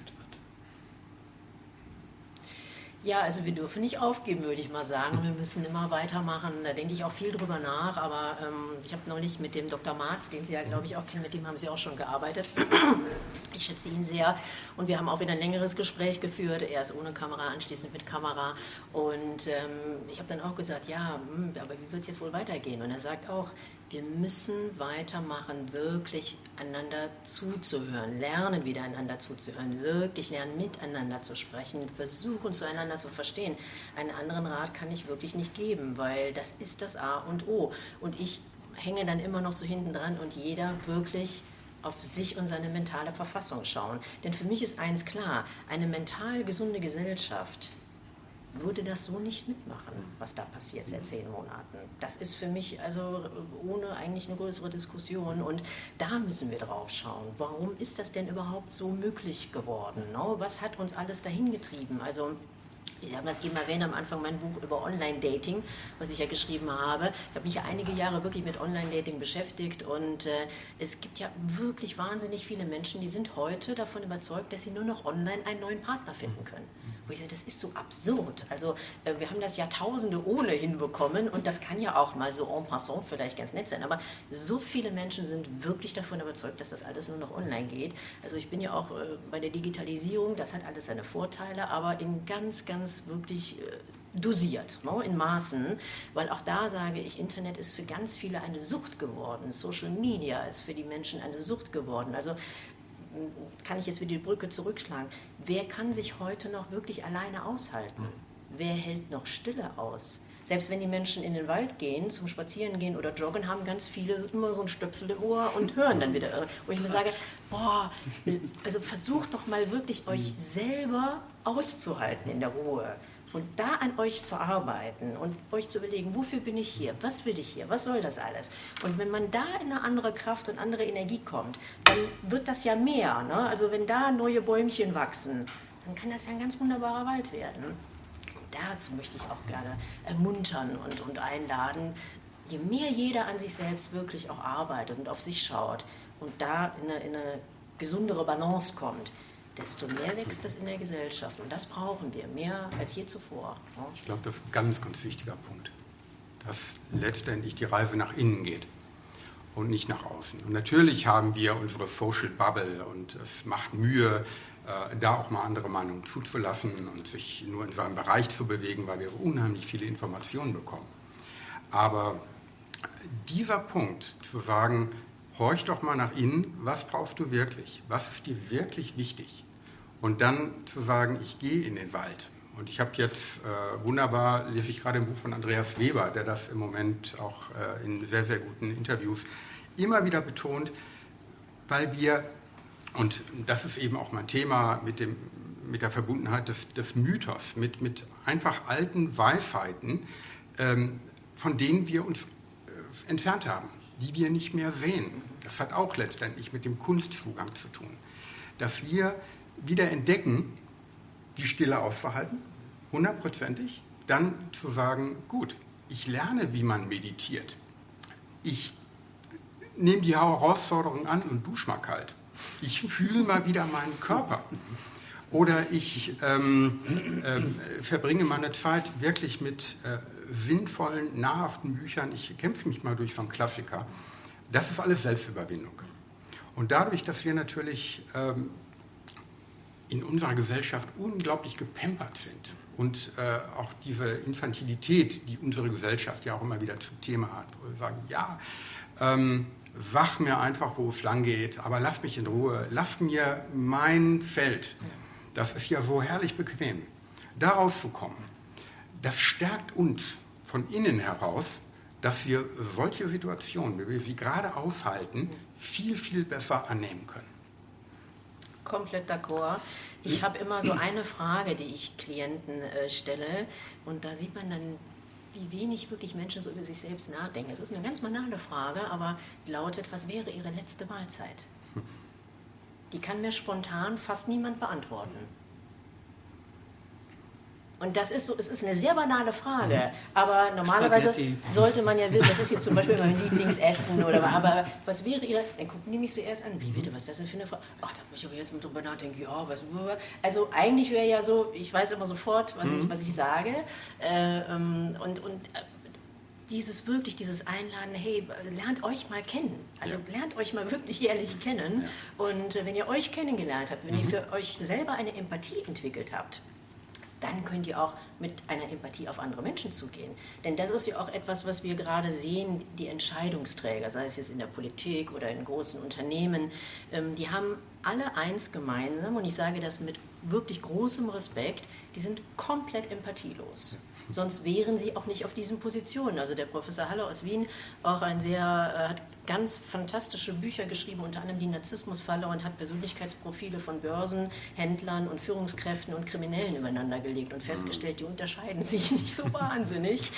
Ja, also wir dürfen nicht aufgeben, würde ich mal sagen. Wir müssen immer weitermachen. Da denke ich auch viel drüber nach. Aber ich habe neulich mit dem Dr. Marz, den Sie ja, glaube ich, auch kennen, mit dem haben Sie auch schon gearbeitet. Ich schätze ihn sehr. Und wir haben auch wieder ein längeres Gespräch geführt. Erst ohne Kamera, anschließend mit Kamera. Und ich habe dann auch gesagt, aber wie wird es jetzt wohl weitergehen? Und er sagt auch, wir müssen weitermachen, wirklich einander zuzuhören, lernen, wieder einander zuzuhören, wirklich lernen, miteinander zu sprechen, versuchen, zueinander zu verstehen. Einen anderen Rat kann ich wirklich nicht geben, weil das ist das A und O. Und ich hänge dann immer noch so hinten dran und jeder wirklich auf sich und seine mentale Verfassung schauen. Denn für mich ist eins klar, eine mental gesunde Gesellschaft würde das so nicht mitmachen, was da passiert seit 10 Monaten. Das ist für mich also ohne eigentlich eine größere Diskussion und da müssen wir drauf schauen. Warum ist das denn überhaupt so möglich geworden? No? Was hat uns alles dahin getrieben? Also ich habe das eben erwähnt am Anfang, mein Buch über Online-Dating, was ich ja geschrieben habe. Ich habe mich ja einige Jahre wirklich mit Online-Dating beschäftigt und es gibt ja wirklich wahnsinnig viele Menschen, die sind heute davon überzeugt, dass sie nur noch online einen neuen Partner finden können. wo ich sage, das ist so absurd. Also wir haben das Jahrtausende ohne hinbekommen und das kann ja auch mal so en passant vielleicht ganz nett sein, aber so viele Menschen sind wirklich davon überzeugt, dass das alles nur noch online geht. Also ich bin ja auch bei der Digitalisierung, das hat alles seine Vorteile, aber in ganz, ganz wirklich dosiert, ne, in Maßen, weil auch da sage ich, Internet ist für ganz viele eine Sucht geworden, Social Media ist für die Menschen eine Sucht geworden. Also kann ich jetzt wieder die Brücke zurückschlagen. Wer kann sich heute noch wirklich alleine aushalten? Wer hält noch Stille aus? Selbst wenn die Menschen in den Wald gehen, zum Spazieren gehen oder joggen, haben ganz viele immer so ein Stöpsel im Ohr und hören dann wieder. Wo ich mir sage, also versucht doch mal wirklich euch selber auszuhalten in der Ruhe. Und da an euch zu arbeiten und euch zu überlegen, wofür bin ich hier, was will ich hier, was soll das alles? Und wenn man da in eine andere Kraft und andere Energie kommt, dann wird das ja mehr. Ne? Also wenn da neue Bäumchen wachsen, dann kann das ja ein ganz wunderbarer Wald werden. Und dazu möchte ich auch gerne ermuntern und einladen, je mehr jeder an sich selbst wirklich auch arbeitet und auf sich schaut und da in eine gesundere Balance kommt, desto mehr wächst das in der Gesellschaft. Und das brauchen wir, mehr als je zuvor. Ja? Ich glaube, das ist ein ganz, ganz wichtiger Punkt, dass letztendlich die Reise nach innen geht und nicht nach außen. Und natürlich haben wir unsere Social Bubble und es macht Mühe, da auch mal andere Meinungen zuzulassen und sich nur in seinem Bereich zu bewegen, weil wir unheimlich viele Informationen bekommen. Aber dieser Punkt, zu sagen, horch doch mal nach innen, was brauchst du wirklich? Was ist dir wirklich wichtig? Und dann zu sagen, ich gehe in den Wald. Und ich habe jetzt wunderbar, lese ich gerade ein Buch von Andreas Weber, der das im Moment auch in sehr, sehr guten Interviews immer wieder betont, weil wir, und das ist eben auch mein Thema mit der Verbundenheit des Mythos, mit einfach alten Weisheiten, von denen wir uns entfernt haben, die wir nicht mehr sehen. Das hat auch letztendlich mit dem Kunstzugang zu tun. Dass wir wieder entdecken, die Stille auszuhalten, 100%ig, dann zu sagen, gut, ich lerne, wie man meditiert. Ich nehme die Herausforderung an und dusche mal kalt. Ich fühle mal wieder meinen Körper. Oder ich verbringe meine Zeit wirklich mit sinnvollen, nahrhaften Büchern. Ich kämpfe mich mal durch so einen Klassiker. Das ist alles Selbstüberwindung. Und dadurch, dass wir natürlich in unserer Gesellschaft unglaublich gepampert sind und auch diese Infantilität, die unsere Gesellschaft ja auch immer wieder zum Thema hat, wo wir sagen, ja, sag mir einfach, wo es lang geht, aber lass mich in Ruhe, lass mir mein Feld. Das ist ja so herrlich bequem. Darauf zu kommen, das stärkt uns von innen heraus, dass wir solche Situationen, wie wir sie gerade aushalten, viel, viel besser annehmen können. Komplett d'accord. Ich habe immer so eine Frage, die ich Klienten stelle und da sieht man dann, wie wenig wirklich Menschen so über sich selbst nachdenken. Es ist eine ganz banale Frage, aber die lautet, was wäre Ihre letzte Mahlzeit? Die kann mir spontan fast niemand beantworten. Und das ist so, es ist eine sehr banale Frage, aber normalerweise sollte man ja wissen, das ist jetzt zum Beispiel mein Lieblingsessen oder aber was wäre Ihre, dann gucken die mich so erst an, wie bitte, was ist das denn für eine Frage? Ach, da muss ich aber jetzt mal drüber nachdenken, ja, was, also eigentlich wäre ja so, ich weiß immer sofort, was ich sage dieses Einladen, hey, lernt euch mal kennen. Also lernt euch mal wirklich ehrlich kennen. Ja. Und wenn ihr euch kennengelernt habt, wenn ihr für euch selber eine Empathie entwickelt habt, dann könnt ihr auch mit einer Empathie auf andere Menschen zugehen. Denn das ist ja auch etwas, was wir gerade sehen, die Entscheidungsträger, sei es jetzt in der Politik oder in großen Unternehmen, die haben alle eins gemeinsam, und ich sage das mit wirklich großem Respekt, die sind komplett empathielos. Sonst wären sie auch nicht auf diesen Positionen. Also der Professor Haller aus Wien, auch hat ganz fantastische Bücher geschrieben, unter anderem die Narzissmusfalle, und hat Persönlichkeitsprofile von Börsenhändlern und Führungskräften und Kriminellen übereinander gelegt und festgestellt, die unterscheiden sich nicht so wahnsinnig.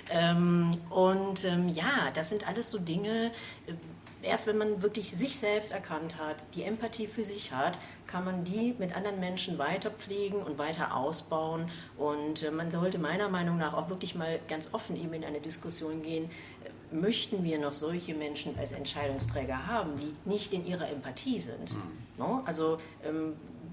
Das sind alles so Dinge, erst wenn man wirklich sich selbst erkannt hat, die Empathie für sich hat, kann man die mit anderen Menschen weiter pflegen und weiter ausbauen. Und man sollte meiner Meinung nach auch wirklich mal ganz offen eben in eine Diskussion gehen, möchten wir noch solche Menschen als Entscheidungsträger haben, die nicht in ihrer Empathie sind? No? Also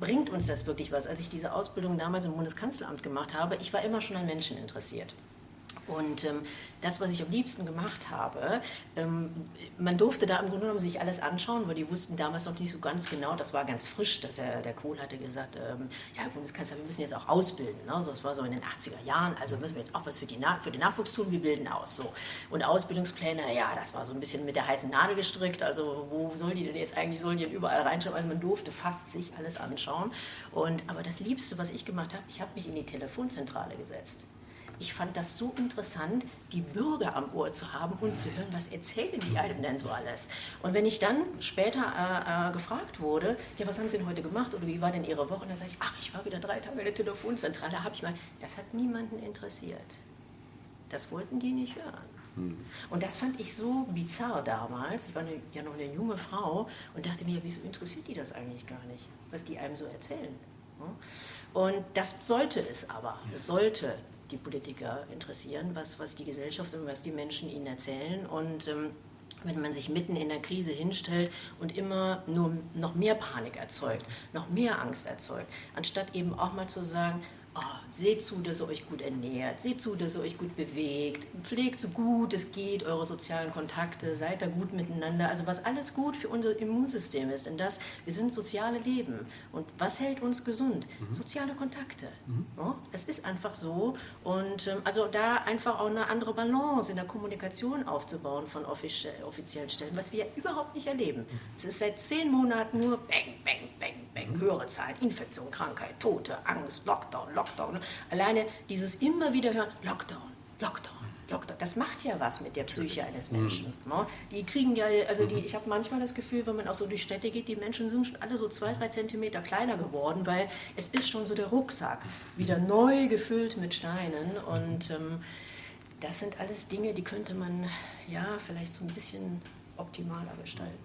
bringt uns das wirklich was? Als ich diese Ausbildung damals im Bundeskanzleramt gemacht habe, ich war immer schon an Menschen interessiert. Und das, was ich am liebsten gemacht habe, man durfte da im Grunde genommen sich alles anschauen, weil die wussten damals noch nicht so ganz genau, das war ganz frisch, dass der Kohl hatte gesagt, ja, Bundeskanzler, wir müssen jetzt auch ausbilden. Ne? Also das war so in den 80er Jahren, also müssen wir jetzt auch was für den Nachwuchs tun, wir bilden aus. So. Und Ausbildungspläne, ja, das war so ein bisschen mit der heißen Nadel gestrickt, also wo soll die denn jetzt eigentlich, sollen die denn überall reinschauen? Also man durfte fast sich alles anschauen. Aber das Liebste, was ich gemacht habe, ich habe mich in die Telefonzentrale gesetzt. Ich fand das so interessant, die Bürger am Ohr zu haben und zu hören, was erzählen die einem denn so alles. Und wenn ich dann später gefragt wurde, ja, was haben Sie denn heute gemacht oder wie war denn Ihre Woche? Und dann sage ich, ach, ich war wieder 3 Tage in der Telefonzentrale, das hat niemanden interessiert. Das wollten die nicht hören. Und das fand ich so bizarr damals. Ich war ja noch eine junge Frau und dachte mir, wieso interessiert die das eigentlich gar nicht, was die einem so erzählen? Und das sollte es aber. Es sollte die Politiker interessieren, was die Gesellschaft und was die Menschen ihnen erzählen. Und wenn man sich mitten in der Krise hinstellt und immer nur noch mehr Panik erzeugt, noch mehr Angst erzeugt, anstatt eben auch mal zu sagen, oh, seht zu, dass ihr euch gut ernährt, seht zu, dass ihr euch gut bewegt, pflegt so gut es geht eure sozialen Kontakte, seid da gut miteinander, also was alles gut für unser Immunsystem ist, denn wir sind soziale Leben. Und was hält uns gesund? Soziale Kontakte. Ja, es ist einfach so und also da einfach auch eine andere Balance in der Kommunikation aufzubauen von offiziellen Stellen, was wir überhaupt nicht erleben. Es ist seit 10 Monaten nur Bang, Bang, Bang, Bang, höhere Zahlen, Infektion, Krankheit, Tote, Angst, Lockdown. Alleine dieses immer wieder hören, Lockdown, das macht ja was mit der Psyche eines Menschen. Ne? Die kriegen ja, ich habe manchmal das Gefühl, wenn man auch so durch Städte geht, die Menschen sind schon alle so 2-3 Zentimeter kleiner geworden, weil es ist schon so der Rucksack wieder neu gefüllt mit Steinen und das sind alles Dinge, die könnte man ja vielleicht so ein bisschen optimaler gestalten.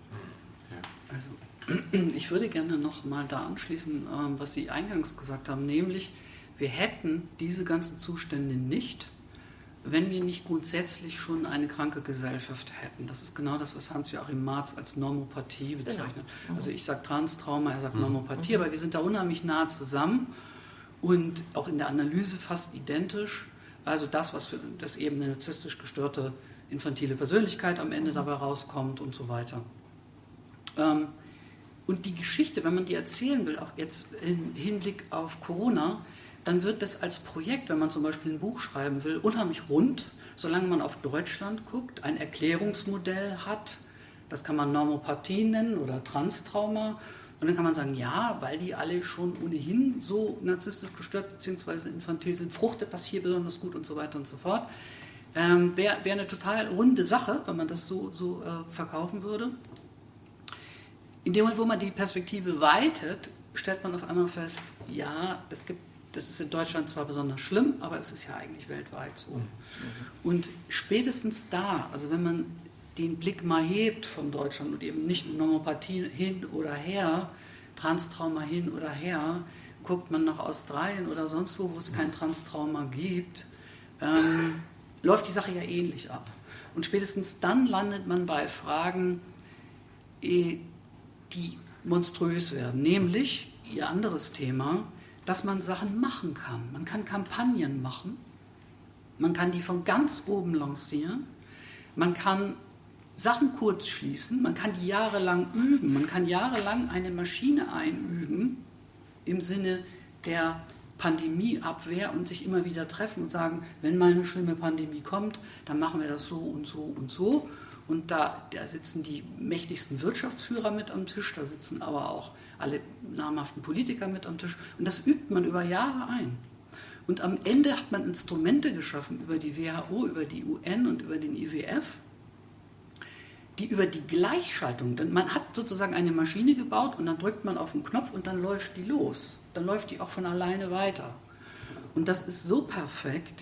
Also ich würde gerne noch mal da anschließen, was Sie eingangs gesagt haben, nämlich wir hätten diese ganzen Zustände nicht, wenn wir nicht grundsätzlich schon eine kranke Gesellschaft hätten. Das ist genau das, was Hans-Joachim Marz als Normopathie bezeichnet. Genau. Also ich sage Transtrauma, er sagt Normopathie, aber wir sind da unheimlich nah zusammen und auch in der Analyse fast identisch. Also das, was für das eben eine narzisstisch gestörte infantile Persönlichkeit am Ende dabei rauskommt und so weiter. Und die Geschichte, wenn man die erzählen will, auch jetzt im Hinblick auf Corona, dann wird das als Projekt, wenn man zum Beispiel ein Buch schreiben will, unheimlich rund, solange man auf Deutschland guckt, ein Erklärungsmodell hat, das kann man Normopathie nennen oder Transtrauma. Und dann kann man sagen, ja, weil die alle schon ohnehin so narzisstisch gestört bzw. infantil sind, fruchtet das hier besonders gut und so weiter und so fort. Wäre eine total runde Sache, wenn man das so verkaufen würde. In dem Moment, wo man die Perspektive weitet, stellt man auf einmal fest, ja, das ist in Deutschland zwar besonders schlimm, aber es ist ja eigentlich weltweit so. Und spätestens da, also wenn man den Blick mal hebt von Deutschland und eben nicht Normopathie hin oder her, Transtrauma hin oder her, guckt man nach Australien oder sonst wo es kein Transtrauma gibt, läuft die Sache ja ähnlich ab. Und spätestens dann landet man bei Fragen, die monströs werden, nämlich ihr anderes Thema, dass man Sachen machen kann. Man kann Kampagnen machen, man kann die von ganz oben lancieren, man kann Sachen kurz schließen, man kann die jahrelang üben, man kann jahrelang eine Maschine einüben im Sinne der Pandemieabwehr und sich immer wieder treffen und sagen, wenn mal eine schlimme Pandemie kommt, dann machen wir das so und so und so. Und da sitzen die mächtigsten Wirtschaftsführer mit am Tisch, da sitzen aber auch alle namhaften Politiker mit am Tisch. Und das übt man über Jahre ein. Und am Ende hat man Instrumente geschaffen über die WHO, über die UN und über den IWF, die über die Gleichschaltung, denn man hat sozusagen eine Maschine gebaut und dann drückt man auf den Knopf und dann läuft die los. Dann läuft die auch von alleine weiter. Und das ist so perfekt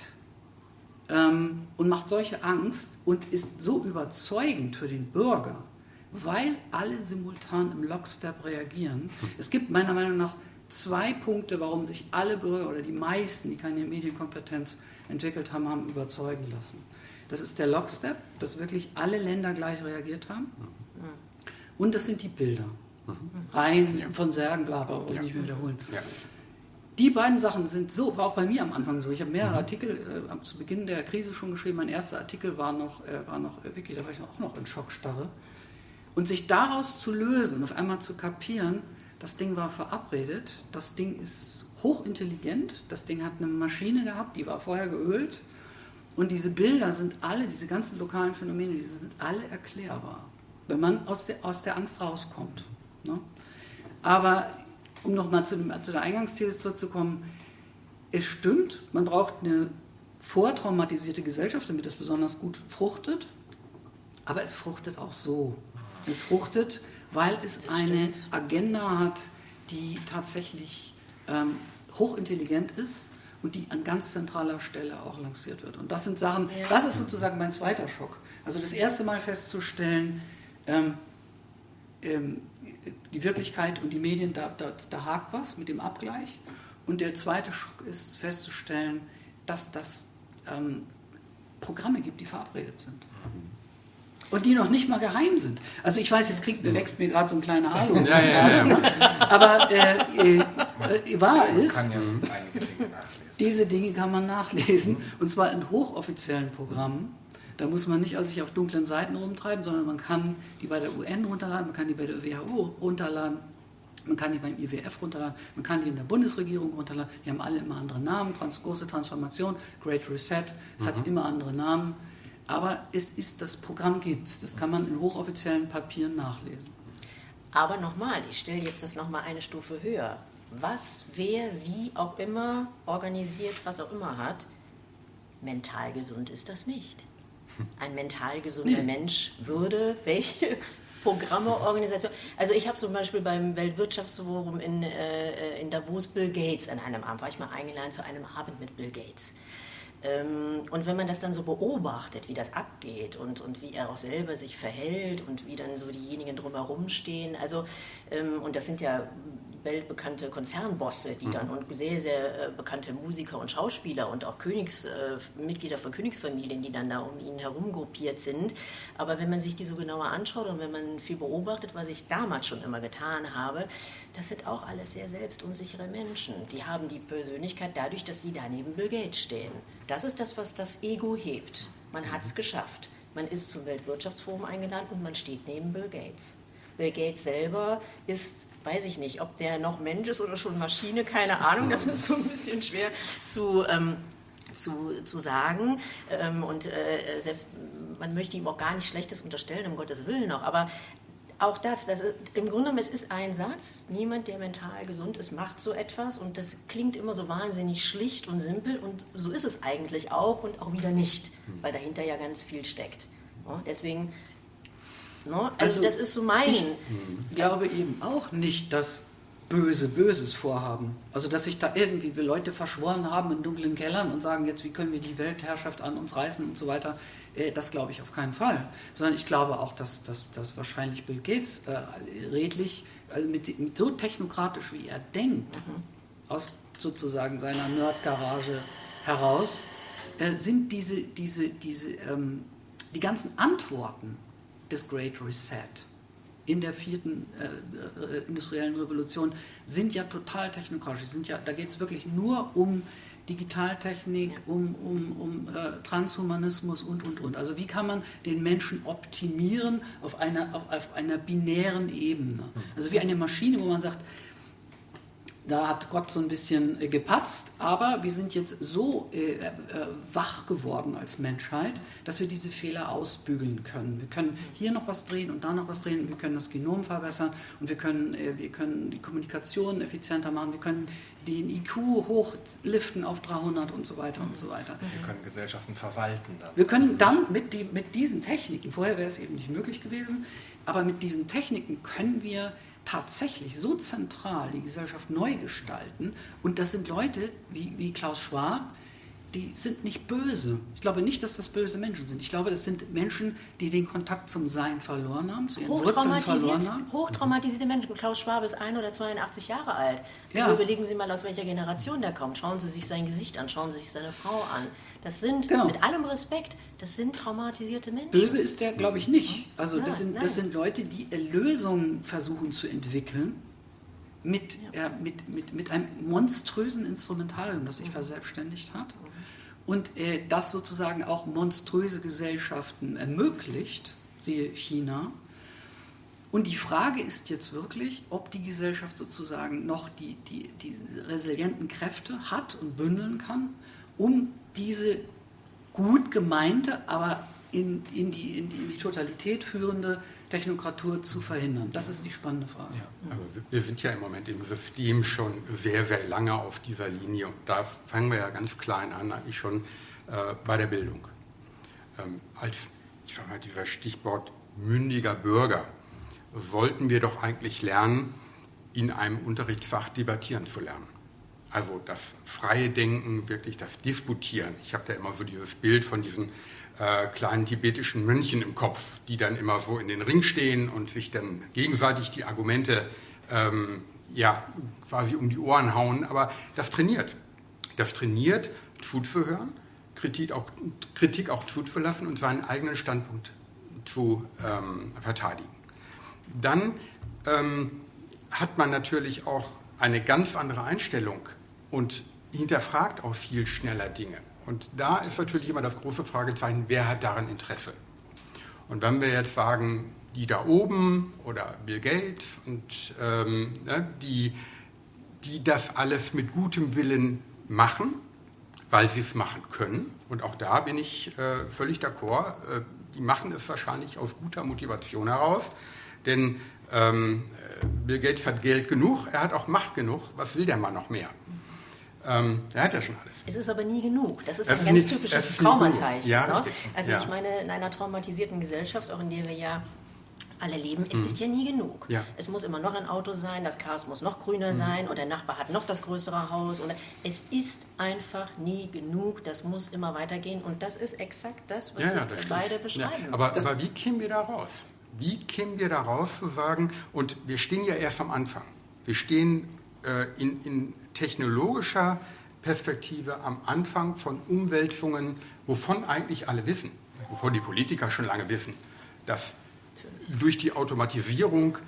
und macht solche Angst und ist so überzeugend für den Bürger, weil alle simultan im Lockstep reagieren. Es gibt meiner Meinung nach 2 Punkte, warum sich alle Bürger oder die meisten, die keine Medienkompetenz entwickelt haben, haben überzeugen lassen. Das ist der Lockstep, dass wirklich alle Länder gleich reagiert haben. Und das sind die Bilder. Reihen von Särgen, bla bla, brauche ich nicht mehr wiederholen. Ja. Die beiden Sachen sind so, war auch bei mir am Anfang so. Ich habe mehrere Artikel zu Beginn der Krise schon geschrieben. Mein erster Artikel war noch wirklich, da war ich auch noch in Schockstarre. Und sich daraus zu lösen und auf einmal zu kapieren, das Ding war verabredet, das Ding ist hochintelligent, das Ding hat eine Maschine gehabt, die war vorher geölt. Und diese Bilder sind alle, diese ganzen lokalen Phänomene, die sind alle erklärbar, wenn man aus der Angst rauskommt. Ne? Aber um nochmal zu der Eingangsthese zurückzukommen, es stimmt, man braucht eine vortraumatisierte Gesellschaft, damit das besonders gut fruchtet, aber es fruchtet auch so. Es fruchtet, weil es eine Agenda hat, die tatsächlich hochintelligent ist und die an ganz zentraler Stelle auch lanciert wird. Und das sind Sachen, das ist sozusagen mein zweiter Schock. Also das erste Mal festzustellen, die Wirklichkeit und die Medien, da hakt was mit dem Abgleich. Und der zweite Schock ist festzustellen, dass das Programme gibt, die verabredet sind. Und die noch nicht mal geheim sind. Also ich weiß, jetzt wächst mir gerade so ein kleiner Alu. Aber wahr ist, man kann ja einige Dinge nachlesen. Diese Dinge kann man nachlesen. Und zwar in hochoffiziellen Programmen. Da muss man nicht sich auf dunklen Seiten rumtreiben, sondern man kann die bei der UN runterladen, man kann die bei der WHO runterladen, man kann die beim IWF runterladen, man kann die in der Bundesregierung runterladen. Die haben alle immer andere Namen. Große Transformation, Great Reset, es hat immer andere Namen. Aber das Programm gibt es, das kann man in hochoffiziellen Papieren nachlesen. Aber nochmal, ich stelle jetzt das nochmal eine Stufe höher. Was, wer, wie auch immer organisiert, was auch immer hat, mental gesund ist das nicht. Ein mental gesunder Mensch würde welche Programme, Organisation... Also ich habe zum Beispiel beim Weltwirtschaftsforum in Davos Bill Gates an einem Abend, war ich mal eingeladen zu einem Abend mit Bill Gates. Und wenn man das dann so beobachtet, wie das abgeht und wie er auch selber sich verhält und wie dann so diejenigen drumherum stehen, also und das sind ja weltbekannte Konzernbosse, die dann und sehr, sehr bekannte Musiker und Schauspieler und auch Mitglieder von Königsfamilien, die dann da um ihn herum gruppiert sind. Aber wenn man sich die so genauer anschaut und wenn man viel beobachtet, was ich damals schon immer getan habe, das sind auch alles sehr selbstunsichere Menschen. Die haben die Persönlichkeit dadurch, dass sie da neben Bill Gates stehen. Das ist das, was das Ego hebt. Man hat es geschafft. Man ist zum Weltwirtschaftsforum eingeladen und man steht neben Bill Gates. Bill Gates selber ist, weiß ich nicht, ob der noch Mensch ist oder schon Maschine, keine Ahnung, das ist so ein bisschen schwer zu sagen. Selbst man möchte ihm auch gar nicht Schlechtes unterstellen, um Gottes Willen noch, aber auch das ist, im Grunde genommen, es ist ein Satz, niemand, der mental gesund ist, macht so etwas und das klingt immer so wahnsinnig schlicht und simpel und so ist es eigentlich auch und auch wieder nicht, weil dahinter ja ganz viel steckt. Ja, deswegen, also das ist so mein... Ich glaube eben auch nicht, dass Böses vorhaben. Also dass sich da irgendwie Leute verschworen haben in dunklen Kellern und sagen, jetzt wie können wir die Weltherrschaft an uns reißen und so weiter. Das glaube ich auf keinen Fall. Sondern ich glaube auch, dass wahrscheinlich Bill Gates redlich, also mit so technokratisch wie er denkt, aus sozusagen seiner Nerdgarage heraus, sind die ganzen Antworten des Great Reset in der 4. industriellen Revolution sind ja total technokratisch. Da geht es wirklich nur um Digitaltechnik, um Transhumanismus und. Also wie kann man den Menschen optimieren auf einer binären Ebene? Also wie eine Maschine, wo man sagt, da hat Gott so ein bisschen gepatzt, aber wir sind jetzt so wach geworden als Menschheit, dass wir diese Fehler ausbügeln können. Wir können hier noch was drehen und da noch was drehen, wir können das Genom verbessern und wir können die Kommunikation effizienter machen, wir können den IQ hochliften auf 300 und so weiter und so weiter. Wir können Gesellschaften verwalten dann. Wir können dann mit diesen Techniken, vorher wäre es eben nicht möglich gewesen, aber mit diesen Techniken können wir tatsächlich so zentral die Gesellschaft neu gestalten. Und das sind Leute wie Klaus Schwab, die sind nicht böse. Ich glaube nicht, dass das böse Menschen sind. Ich glaube, das sind Menschen, die den Kontakt zum Sein verloren haben, zu ihren Wurzeln verloren haben. Hochtraumatisierte Menschen. Klaus Schwab ist 1 oder 82 Jahre alt. Also überlegen Sie mal, aus welcher Generation der kommt. Schauen Sie sich sein Gesicht an, schauen Sie sich seine Frau an. Das sind, mit allem Respekt, das sind traumatisierte Menschen. Böse ist der, glaube ich, nicht. Also das sind Leute, die Lösungen versuchen zu entwickeln, mit einem monströsen Instrumentarium, das sich verselbstständigt hat und das sozusagen auch monströse Gesellschaften ermöglicht, siehe China. Und die Frage ist jetzt wirklich, ob die Gesellschaft sozusagen noch die resilienten Kräfte hat und bündeln kann, um diese gut gemeinte, aber in die Totalität führende Technokratur zu verhindern? Das ist die spannende Frage. Ja, aber wir sind ja im Moment im System schon sehr, sehr lange auf dieser Linie. Und da fangen wir ja ganz klein an, eigentlich schon bei der Bildung. Ich sage mal, dieser Stichwort mündiger Bürger, sollten wir doch eigentlich lernen, in einem Unterrichtsfach debattieren zu lernen. Also das freie Denken, wirklich das Disputieren. Ich habe da immer so dieses Bild von diesen kleinen tibetischen Mönchen im Kopf, die dann immer so in den Ring stehen und sich dann gegenseitig die Argumente quasi um die Ohren hauen. Aber das trainiert. Das trainiert, zuzuhören, Kritik auch zuzulassen und seinen eigenen Standpunkt zu verteidigen. Dann hat man natürlich auch eine ganz andere Einstellung und hinterfragt auch viel schneller Dinge. Und da ist natürlich immer das große Fragezeichen, wer hat daran Interesse? Und wenn wir jetzt sagen, die da oben oder Bill Gates und die das alles mit gutem Willen machen, weil sie es machen können, und auch da bin ich völlig d'accord, die machen es wahrscheinlich aus guter Motivation heraus, denn Bill Gates hat Geld genug, er hat auch Macht genug, was will der Mann noch mehr? Er hat ja schon alles. Es ist aber nie genug. Das ist ein ganz typisches Traumazeichen. Ja, ne? Also ich meine, in einer traumatisierten Gesellschaft, auch in der wir ja alle leben, es ist ja nie genug. Ja. Es muss immer noch ein Auto sein, das Gras muss noch grüner sein und der Nachbar hat noch das größere Haus. Es ist einfach nie genug, das muss immer weitergehen und das ist exakt das, was Sie beide beschreiben. Ja. Aber wie kämen wir da raus? Wie kämen wir da raus zu sagen, und wir stehen ja erst am Anfang, wir stehen in technologischer Perspektive am Anfang von Umwälzungen, wovon eigentlich alle wissen, wovon die Politiker schon lange wissen, dass durch die Automatisierung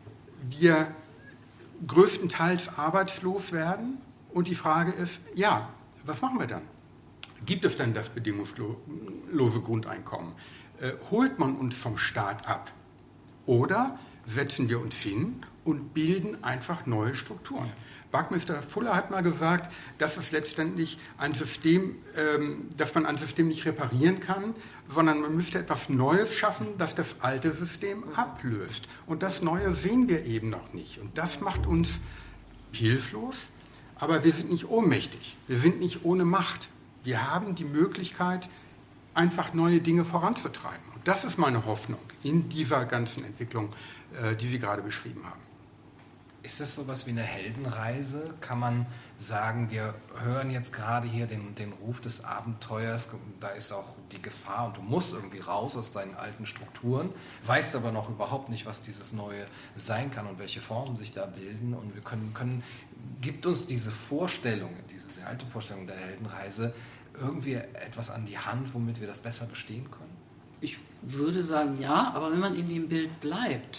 wir größtenteils arbeitslos werden. Und die Frage ist, was machen wir dann? Gibt es denn das bedingungslose Grundeinkommen? Holt man uns vom Staat ab? Oder setzen wir uns hin und bilden einfach neue Strukturen? Buckminster Fuller hat mal gesagt, dass es letztendlich ein System, dass man ein System nicht reparieren kann, sondern man müsste etwas Neues schaffen, das das alte System ablöst. Und das Neue sehen wir eben noch nicht. Und das macht uns hilflos, aber wir sind nicht ohnmächtig. Wir sind nicht ohne Macht. Wir haben die Möglichkeit, einfach neue Dinge voranzutreiben. Und das ist meine Hoffnung in dieser ganzen Entwicklung, die Sie gerade beschrieben haben. Ist das sowas wie eine Heldenreise? Kann man sagen, wir hören jetzt gerade hier den Ruf des Abenteuers, da ist auch die Gefahr und du musst irgendwie raus aus deinen alten Strukturen, weißt aber noch überhaupt nicht, was dieses Neue sein kann und welche Formen sich da bilden. Und wir gibt uns diese Vorstellung, diese sehr alte Vorstellung der Heldenreise, irgendwie etwas an die Hand, womit wir das besser bestehen können? Ich würde sagen, ja, aber wenn man in dem Bild bleibt,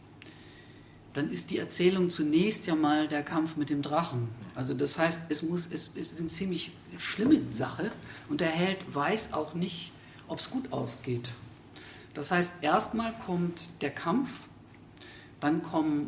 dann ist die Erzählung zunächst ja mal der Kampf mit dem Drachen. Also das heißt, es ist eine ziemlich schlimme Sache und der Held weiß auch nicht, ob es gut ausgeht. Das heißt, erstmal kommt der Kampf, dann kommt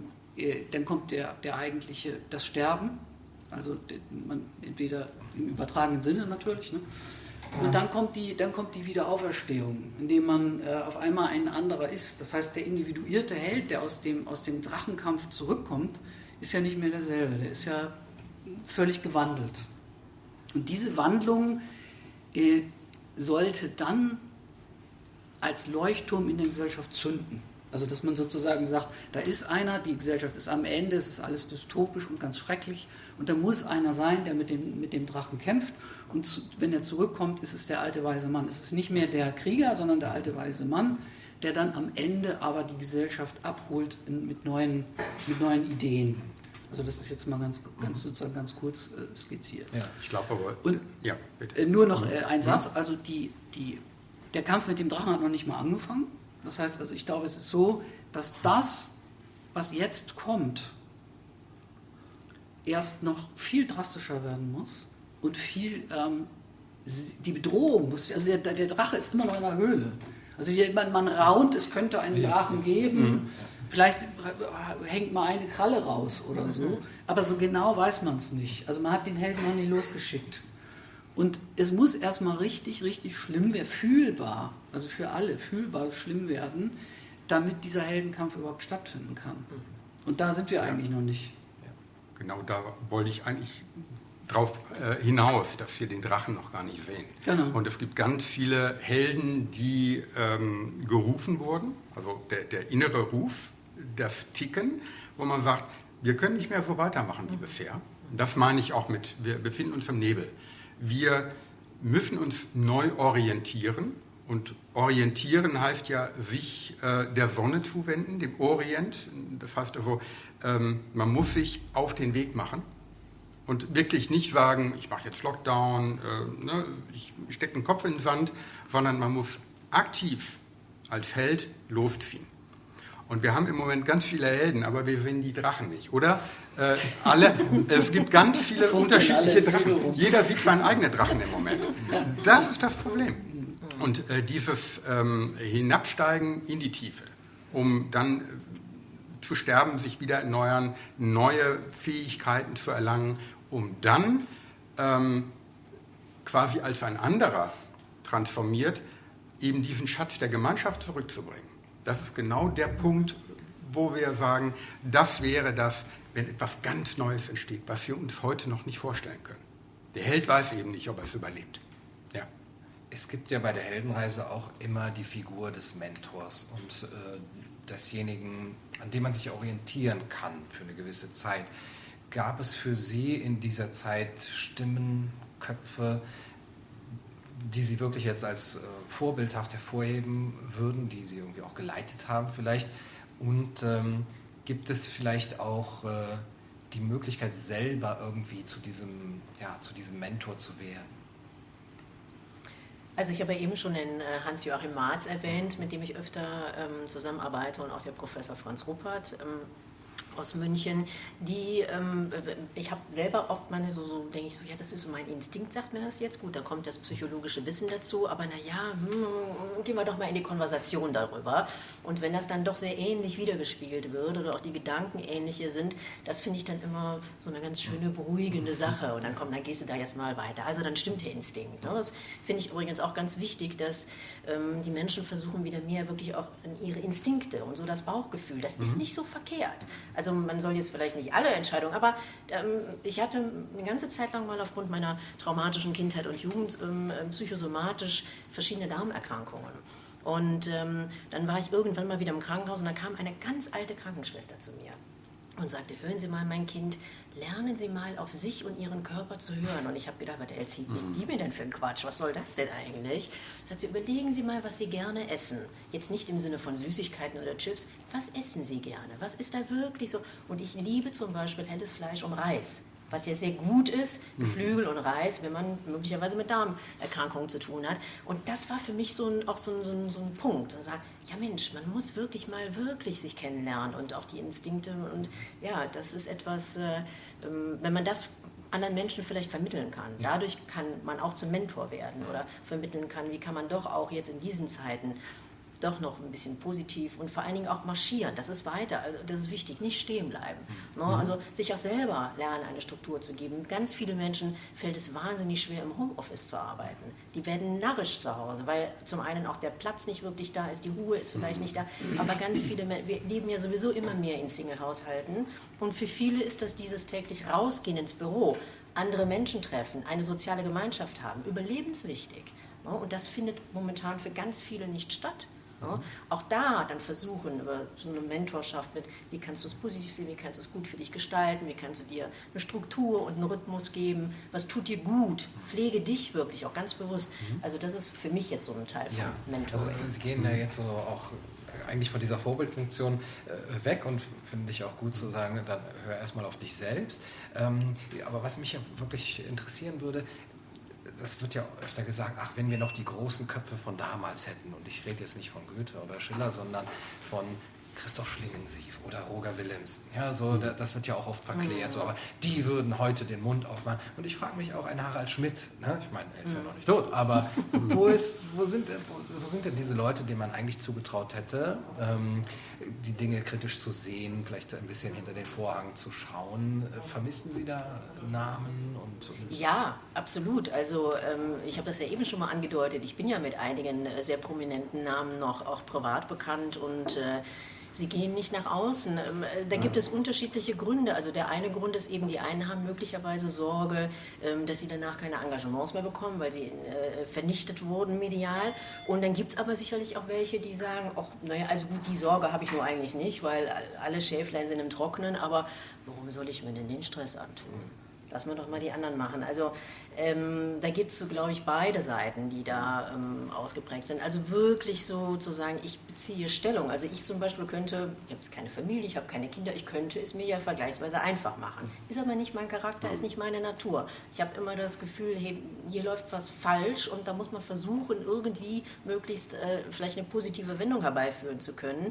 der eigentliche, das Sterben, also entweder im übertragenen Sinne natürlich, ne? Und dann kommt die Wiederauferstehung, indem man auf einmal ein anderer ist. Das heißt, der individuierte Held, der aus dem Drachenkampf zurückkommt, ist ja nicht mehr derselbe. Der ist ja völlig gewandelt. Und diese Wandlung sollte dann als Leuchtturm in der Gesellschaft zünden. Also dass man sozusagen sagt, da ist einer, die Gesellschaft ist am Ende, es ist alles dystopisch und ganz schrecklich und da muss einer sein, der mit dem Drachen kämpft und wenn er zurückkommt, ist es der alte weise Mann. Es ist nicht mehr der Krieger, sondern der alte weise Mann, der dann am Ende aber die Gesellschaft abholt mit neuen Ideen. Also das ist jetzt mal ganz kurz skizziert. Ja, ich glaube aber... Und ja, bitte. Nur noch ein Satz, also der Kampf mit dem Drachen hat noch nicht mal angefangen. Das heißt, also ich glaube, es ist so, dass das, was jetzt kommt, erst noch viel drastischer werden muss und die Bedrohung muss, also der Drache ist immer noch in der Höhle. Also man raunt, es könnte einen Drachen geben, vielleicht hängt mal eine Kralle raus oder so, aber so genau weiß man es nicht. Also man hat den Helden noch nicht losgeschickt. Und es muss erstmal richtig, richtig schlimm werden, fühlbar, also für alle fühlbar schlimm werden, damit dieser Heldenkampf überhaupt stattfinden kann. Und da sind wir eigentlich noch nicht. Genau, da wollte ich eigentlich drauf hinaus, dass wir den Drachen noch gar nicht sehen. Genau. Und es gibt ganz viele Helden, die gerufen wurden, also der innere Ruf, das Ticken, wo man sagt, wir können nicht mehr so weitermachen wie bisher. Das meine ich auch mit, wir befinden uns im Nebel. Wir müssen uns neu orientieren und orientieren heißt ja, sich der Sonne zuwenden, dem Orient. Das heißt also, man muss sich auf den Weg machen und wirklich nicht sagen, ich mache jetzt Lockdown, ich stecke den Kopf in den Sand, sondern man muss aktiv als Held losziehen. Und wir haben im Moment ganz viele Helden, aber wir sehen die Drachen nicht, oder? Es gibt ganz viele unterschiedliche Drachen. Jeder sieht seinen eigenen Drachen im Moment. Das ist das Problem. Und dieses Hinabsteigen in die Tiefe, um dann zu sterben, sich wieder erneuern, neue Fähigkeiten zu erlangen, um dann quasi als ein anderer transformiert, eben diesen Schatz der Gemeinschaft zurückzubringen. Das ist genau der Punkt, wo wir sagen, das wäre das, wenn etwas ganz Neues entsteht, was wir uns heute noch nicht vorstellen können. Der Held weiß eben nicht, ob er es überlebt. Ja. Es gibt ja bei der Heldenreise auch immer die Figur des Mentors und desjenigen, an dem man sich orientieren kann für eine gewisse Zeit. Gab es für Sie in dieser Zeit Stimmen, Köpfe, die Sie wirklich jetzt als vorbildhaft hervorheben würden, die Sie irgendwie auch geleitet haben vielleicht? Und gibt es vielleicht auch die Möglichkeit, selber irgendwie zu diesem Mentor zu werden? Also ich habe ja eben schon den Hans-Joachim Marz erwähnt, mit dem ich öfter zusammenarbeite, und auch der Professor Franz Ruppert aus München, ich habe selber oft mal so denke ich so, ja, das ist so mein Instinkt, sagt mir das jetzt, gut, da kommt das psychologische Wissen dazu, aber gehen wir doch mal in die Konversation darüber. Und wenn das dann doch sehr ähnlich wiedergespiegelt wird oder auch die Gedanken ähnliche sind, das finde ich dann immer so eine ganz schöne, beruhigende Sache. Und dann gehst du da jetzt mal weiter. Also dann stimmt der Instinkt. Ne? Das finde ich übrigens auch ganz wichtig, dass die Menschen versuchen wieder mehr wirklich auch an ihre Instinkte und so das Bauchgefühl. Das ist nicht so verkehrt. Also man soll jetzt vielleicht nicht alle Entscheidungen, aber ich hatte eine ganze Zeit lang mal aufgrund meiner traumatischen Kindheit und Jugend psychosomatisch verschiedene Darmerkrankungen. Und dann war ich irgendwann mal wieder im Krankenhaus und da kam eine ganz alte Krankenschwester zu mir und sagte, hören Sie mal, mein Kind, lernen Sie mal auf sich und Ihren Körper zu hören. Und ich habe gedacht, was erzählt die mir denn für einen Quatsch? Was soll das denn eigentlich? Sagt sie, überlegen Sie mal, was Sie gerne essen. Jetzt nicht im Sinne von Süßigkeiten oder Chips. Was essen Sie gerne? Was ist da wirklich so? Und ich liebe zum Beispiel helles Fleisch und Reis, was ja sehr gut ist, Geflügel und Reis, wenn man möglicherweise mit Darmerkrankungen zu tun hat. Und das war für mich auch so ein Punkt. Und sagen, ja Mensch, man muss wirklich sich kennenlernen und auch die Instinkte. Und ja, das ist etwas, wenn man das anderen Menschen vielleicht vermitteln kann. Dadurch kann man auch zum Mentor werden oder vermitteln kann, wie kann man doch auch jetzt in diesen Zeiten doch noch ein bisschen positiv und vor allen Dingen auch marschieren. Das ist weiter, also das ist wichtig, nicht stehen bleiben. Also sich auch selber lernen, eine Struktur zu geben. Ganz viele Menschen fällt es wahnsinnig schwer, im Homeoffice zu arbeiten. Die werden narrisch zu Hause, weil zum einen auch der Platz nicht wirklich da ist, die Ruhe ist vielleicht nicht da, aber ganz viele, wir leben ja sowieso immer mehr in Single-Haushalten und für viele ist das dieses täglich rausgehen ins Büro, andere Menschen treffen, eine soziale Gemeinschaft haben, überlebenswichtig. Und das findet momentan für ganz viele nicht statt. Ja? Auch da dann versuchen, über so eine Mentorschaft mit, wie kannst du es positiv sehen, wie kannst du es gut für dich gestalten, wie kannst du dir eine Struktur und einen Rhythmus geben, was tut dir gut, pflege dich wirklich auch ganz bewusst. Also das ist für mich jetzt so ein Teil von Mentoring. Also Sie gehen ja jetzt so auch eigentlich von dieser Vorbildfunktion weg und finde ich auch gut zu sagen, dann hör erstmal auf dich selbst. Aber was mich ja wirklich interessieren würde, das wird ja öfter gesagt, ach, wenn wir noch die großen Köpfe von damals hätten, und ich rede jetzt nicht von Goethe oder Schiller, sondern von Christoph Schlingensief oder Roger Willemsen. Ja, so, das wird ja auch oft verklärt, so, aber die würden heute den Mund aufmachen. Und ich frage mich auch, ein Harald Schmidt, ne? Ich meine, er ist ja noch nicht tot, aber wo sind denn diese Leute, denen man eigentlich zugetraut hätte, die Dinge kritisch zu sehen, vielleicht ein bisschen hinter den Vorhang zu schauen? Vermissen Sie da Namen? Und Ja, absolut. Also ich habe das ja eben schon mal angedeutet. Ich bin ja mit einigen sehr prominenten Namen noch auch privat bekannt und sie gehen nicht nach außen. Da gibt es unterschiedliche Gründe. Also der eine Grund ist eben, die einen haben möglicherweise Sorge, dass sie danach keine Engagements mehr bekommen, weil sie vernichtet wurden medial. Und dann gibt es aber sicherlich auch welche, die sagen, ach, naja, also gut, die Sorge habe ich nur eigentlich nicht, weil alle Schäflein sind im Trockenen, aber warum soll ich mir denn den Stress antun? Lass mir doch mal die anderen machen. Also da gibt es so, glaube ich, beide Seiten, die da ausgeprägt sind. Also wirklich so zu sagen, ich beziehe Stellung. Also ich zum Beispiel könnte, ich habe jetzt keine Familie, ich habe keine Kinder, ich könnte es mir ja vergleichsweise einfach machen. Ist aber nicht mein Charakter, ist nicht meine Natur. Ich habe immer das Gefühl, hey, hier läuft was falsch und da muss man versuchen, irgendwie möglichst vielleicht eine positive Wendung herbeiführen zu können.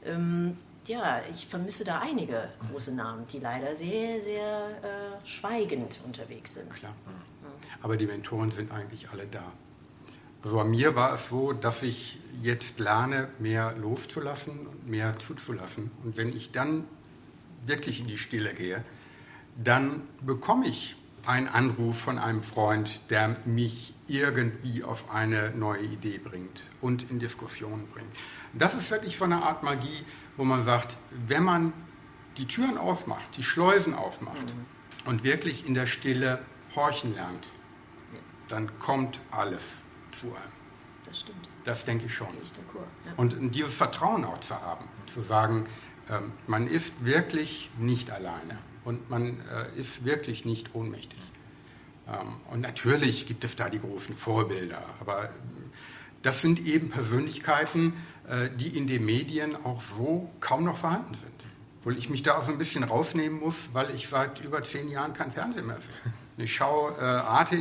Ja, ich vermisse da einige große Namen, die leider sehr, sehr schweigend unterwegs sind. Klar. Aber die Mentoren sind eigentlich alle da. Also bei mir war es so, dass ich jetzt lerne, mehr loszulassen und mehr zuzulassen. Und wenn ich dann wirklich in die Stille gehe, dann bekomme ich einen Anruf von einem Freund, der mich irgendwie auf eine neue Idee bringt und in Diskussionen bringt. Das ist wirklich so eine Art Magie, wo man sagt, wenn man die Türen aufmacht, die Schleusen aufmacht und wirklich in der Stille horchen lernt, dann kommt alles zu einem. Das stimmt. Das denke ich schon. Gehe ich d'accord, ja. Und dieses Vertrauen auch zu haben, zu sagen, man ist wirklich nicht alleine und man ist wirklich nicht ohnmächtig. Und natürlich gibt es da die großen Vorbilder, aber das sind eben Persönlichkeiten, die in den Medien auch so kaum noch vorhanden sind. Obwohl ich mich da auch so ein bisschen rausnehmen muss, weil ich seit über 10 Jahren kein Fernsehen mehr sehe. Ich schaue Arte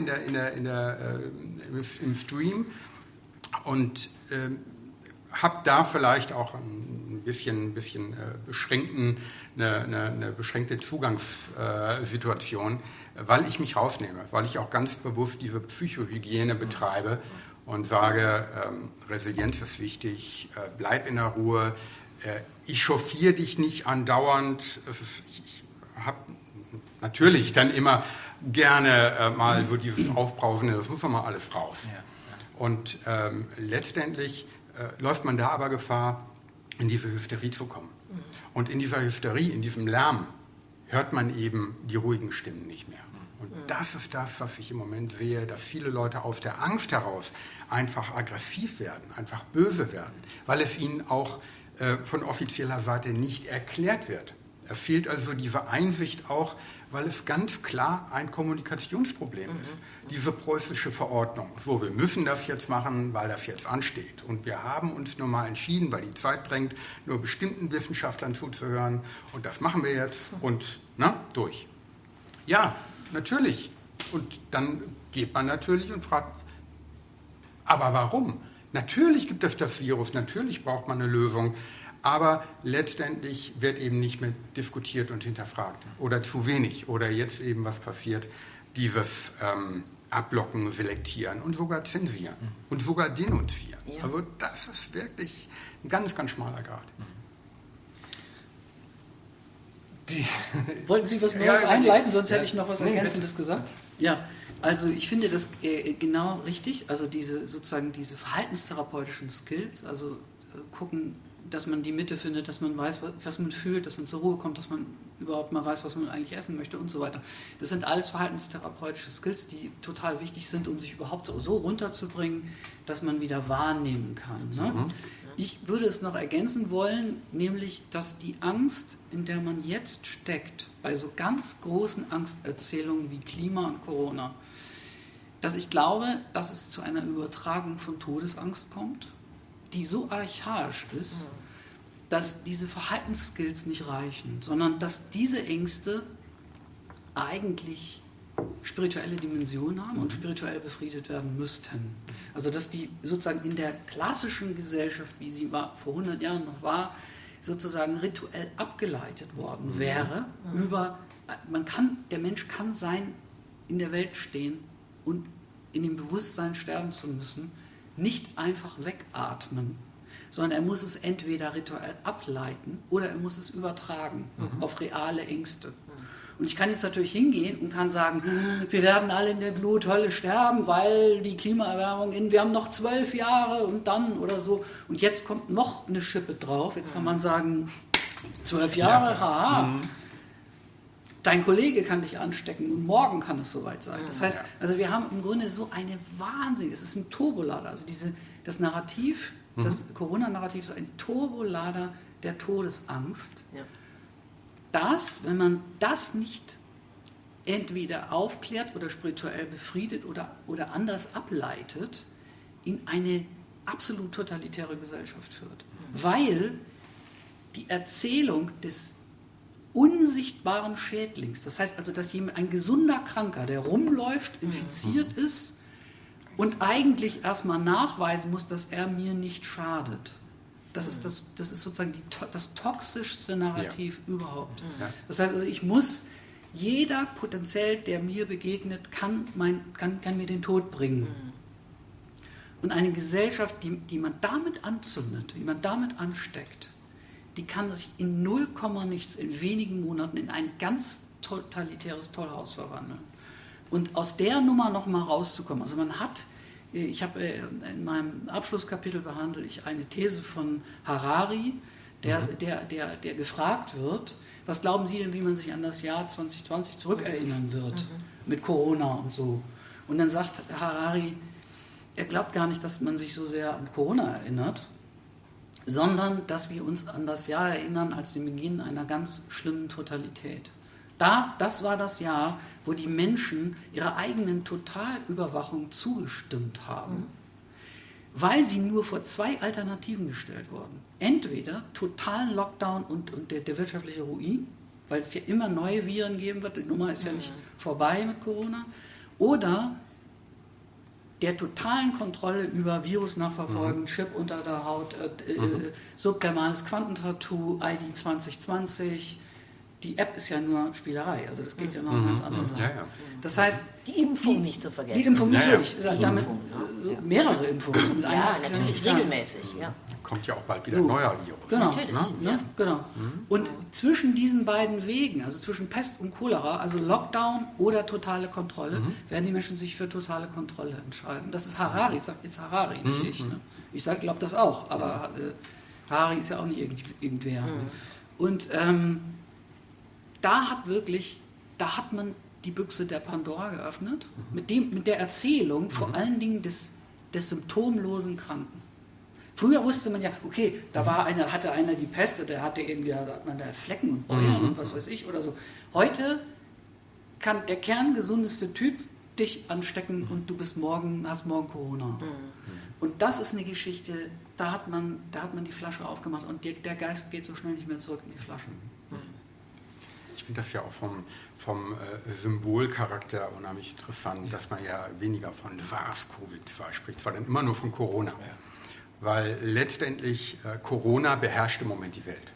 im Stream und habe da vielleicht auch ein bisschen eine beschränkte Zugangssituation, weil ich mich rausnehme, weil ich auch ganz bewusst diese Psychohygiene betreibe und sage, Resilienz ist wichtig, bleib in der Ruhe, ich chauffiere dich nicht andauernd. Ich habe natürlich dann immer gerne mal so dieses Aufbrausende, das muss doch mal alles raus. Ja, ja. Und letztendlich läuft man da aber Gefahr, in diese Hysterie zu kommen. Und in dieser Hysterie, in diesem Lärm, hört man eben die ruhigen Stimmen nicht mehr. Und das ist das, was ich im Moment sehe, dass viele Leute aus der Angst heraus einfach aggressiv werden, einfach böse werden, weil es ihnen auch von offizieller Seite nicht erklärt wird. Es fehlt also diese Einsicht auch, weil es ganz klar ein Kommunikationsproblem ist. Diese preußische Verordnung. So, wir müssen das jetzt machen, weil das jetzt ansteht. Und wir haben uns nun mal entschieden, weil die Zeit drängt, nur bestimmten Wissenschaftlern zuzuhören. Und das machen wir jetzt und durch. Ja, natürlich. Und dann geht man natürlich und fragt, aber warum? Natürlich gibt es das Virus, natürlich braucht man eine Lösung. Aber letztendlich wird eben nicht mehr diskutiert und hinterfragt. Oder zu wenig. Oder jetzt eben was passiert, dieses Abblocken, Selektieren und sogar zensieren. Und sogar denunzieren. Ja. Also das ist wirklich ein ganz, ganz schmaler Grad. Wollten Sie was Neues einleiten? Sonst hätte ich noch was Ergänzendes gesagt. Ja, also ich finde das genau richtig. Also diese verhaltenstherapeutischen Skills, also gucken, dass man die Mitte findet, dass man weiß, was man fühlt, dass man zur Ruhe kommt, dass man überhaupt mal weiß, was man eigentlich essen möchte und so weiter. Das sind alles verhaltenstherapeutische Skills, die total wichtig sind, um sich überhaupt so runterzubringen, dass man wieder wahrnehmen kann. Ne? Ich würde es noch ergänzen wollen, nämlich, dass die Angst, in der man jetzt steckt, bei so ganz großen Angsterzählungen wie Klima und Corona, dass ich glaube, dass es zu einer Übertragung von Todesangst kommt, die so archaisch ist, dass diese Verhaltensskills nicht reichen, sondern dass diese Ängste eigentlich spirituelle Dimensionen haben und spirituell befriedet werden müssten. Also dass die sozusagen in der klassischen Gesellschaft, wie sie vor 100 Jahren noch war, sozusagen rituell abgeleitet worden wäre über, der Mensch kann sein, in der Welt stehen und in dem Bewusstsein sterben zu müssen, nicht einfach wegatmen, sondern er muss es entweder rituell ableiten oder er muss es übertragen auf reale Ängste. Und ich kann jetzt natürlich hingehen und kann sagen, wir werden alle in der Gluthölle sterben, weil die Klimaerwärmung, wir haben noch 12 Jahre und dann oder so. Und jetzt kommt noch eine Schippe drauf. Jetzt kann man sagen, 12 Jahre, haha. Dein Kollege kann dich anstecken und morgen kann es soweit sein. Das heißt, also wir haben im Grunde so eine Wahnsinnige, es ist ein Turbolader. Also das Narrativ, das Corona-Narrativ ist ein Turbolader der Todesangst. Ja. Das, wenn man das nicht entweder aufklärt oder spirituell befriedet oder anders ableitet, in eine absolut totalitäre Gesellschaft führt. Weil die Erzählung des unsichtbaren Schädlings, das heißt also, dass jemand, ein gesunder Kranker, der rumläuft, infiziert ist und eigentlich erstmal nachweisen muss, dass er mir nicht schadet. Das ist sozusagen das toxischste Narrativ überhaupt. Ja. Das heißt also, jeder potenziell, der mir begegnet, kann mir den Tod bringen. Und eine Gesellschaft, die man damit anzündet, die man damit ansteckt, die kann sich in 0, nichts in wenigen Monaten in ein ganz totalitäres Tollhaus verwandeln. Und aus der Nummer nochmal rauszukommen, also ich habe in meinem Abschlusskapitel behandelt eine These von Harari, der gefragt wird, was glauben Sie denn, wie man sich an das Jahr 2020 zurückerinnern wird mit Corona und so. Und dann sagt Harari, er glaubt gar nicht, dass man sich so sehr an Corona erinnert, sondern dass wir uns an das Jahr erinnern als den Beginn einer ganz schlimmen Totalität. Das war das Jahr, wo die Menschen ihrer eigenen Totalüberwachung zugestimmt haben, weil sie nur vor 2 Alternativen gestellt wurden. Entweder totalen Lockdown und der wirtschaftliche Ruin, weil es ja immer neue Viren geben wird, die Nummer ist ja nicht vorbei mit Corona, oder der totalen Kontrolle über Virusnachverfolgen, Chip unter der Haut, subdermales Quantentattoo, ID 2020. Die App ist ja nur Spielerei, also das geht ja noch ganz anders. Das heißt, die Impfung nicht zu vergessen. Die Impfung natürlich, damit mehrere Impfungen. Ja, natürlich, regelmäßig. Ja. Kommt ja auch bald wieder ein neuer Virus. Genau, natürlich. Genau. Und zwischen diesen beiden Wegen, also zwischen Pest und Cholera, also Lockdown oder totale Kontrolle, werden die Menschen sich für totale Kontrolle entscheiden. Das ist Harari, sagt jetzt Harari, nicht ich. Ne? Ich glaube das auch, aber Harari ist ja auch nicht irgendwer. Und da hat man die Büchse der Pandora geöffnet, mit der Erzählung vor allen Dingen des symptomlosen Kranken. Früher wusste man ja, okay, hatte einer die Pest oder hat man da Flecken und Beulen und was weiß ich oder so. Heute kann der kerngesundeste Typ dich anstecken und du hast morgen Corona. Und das ist eine Geschichte, da hat man die Flasche aufgemacht und der Geist geht so schnell nicht mehr zurück in die Flasche. Ich finde das ja auch vom Symbolcharakter unheimlich interessant, dass man ja weniger von SARS-CoV-2 spricht, sondern immer nur von Corona. Ja. Weil letztendlich Corona beherrscht im Moment die Welt.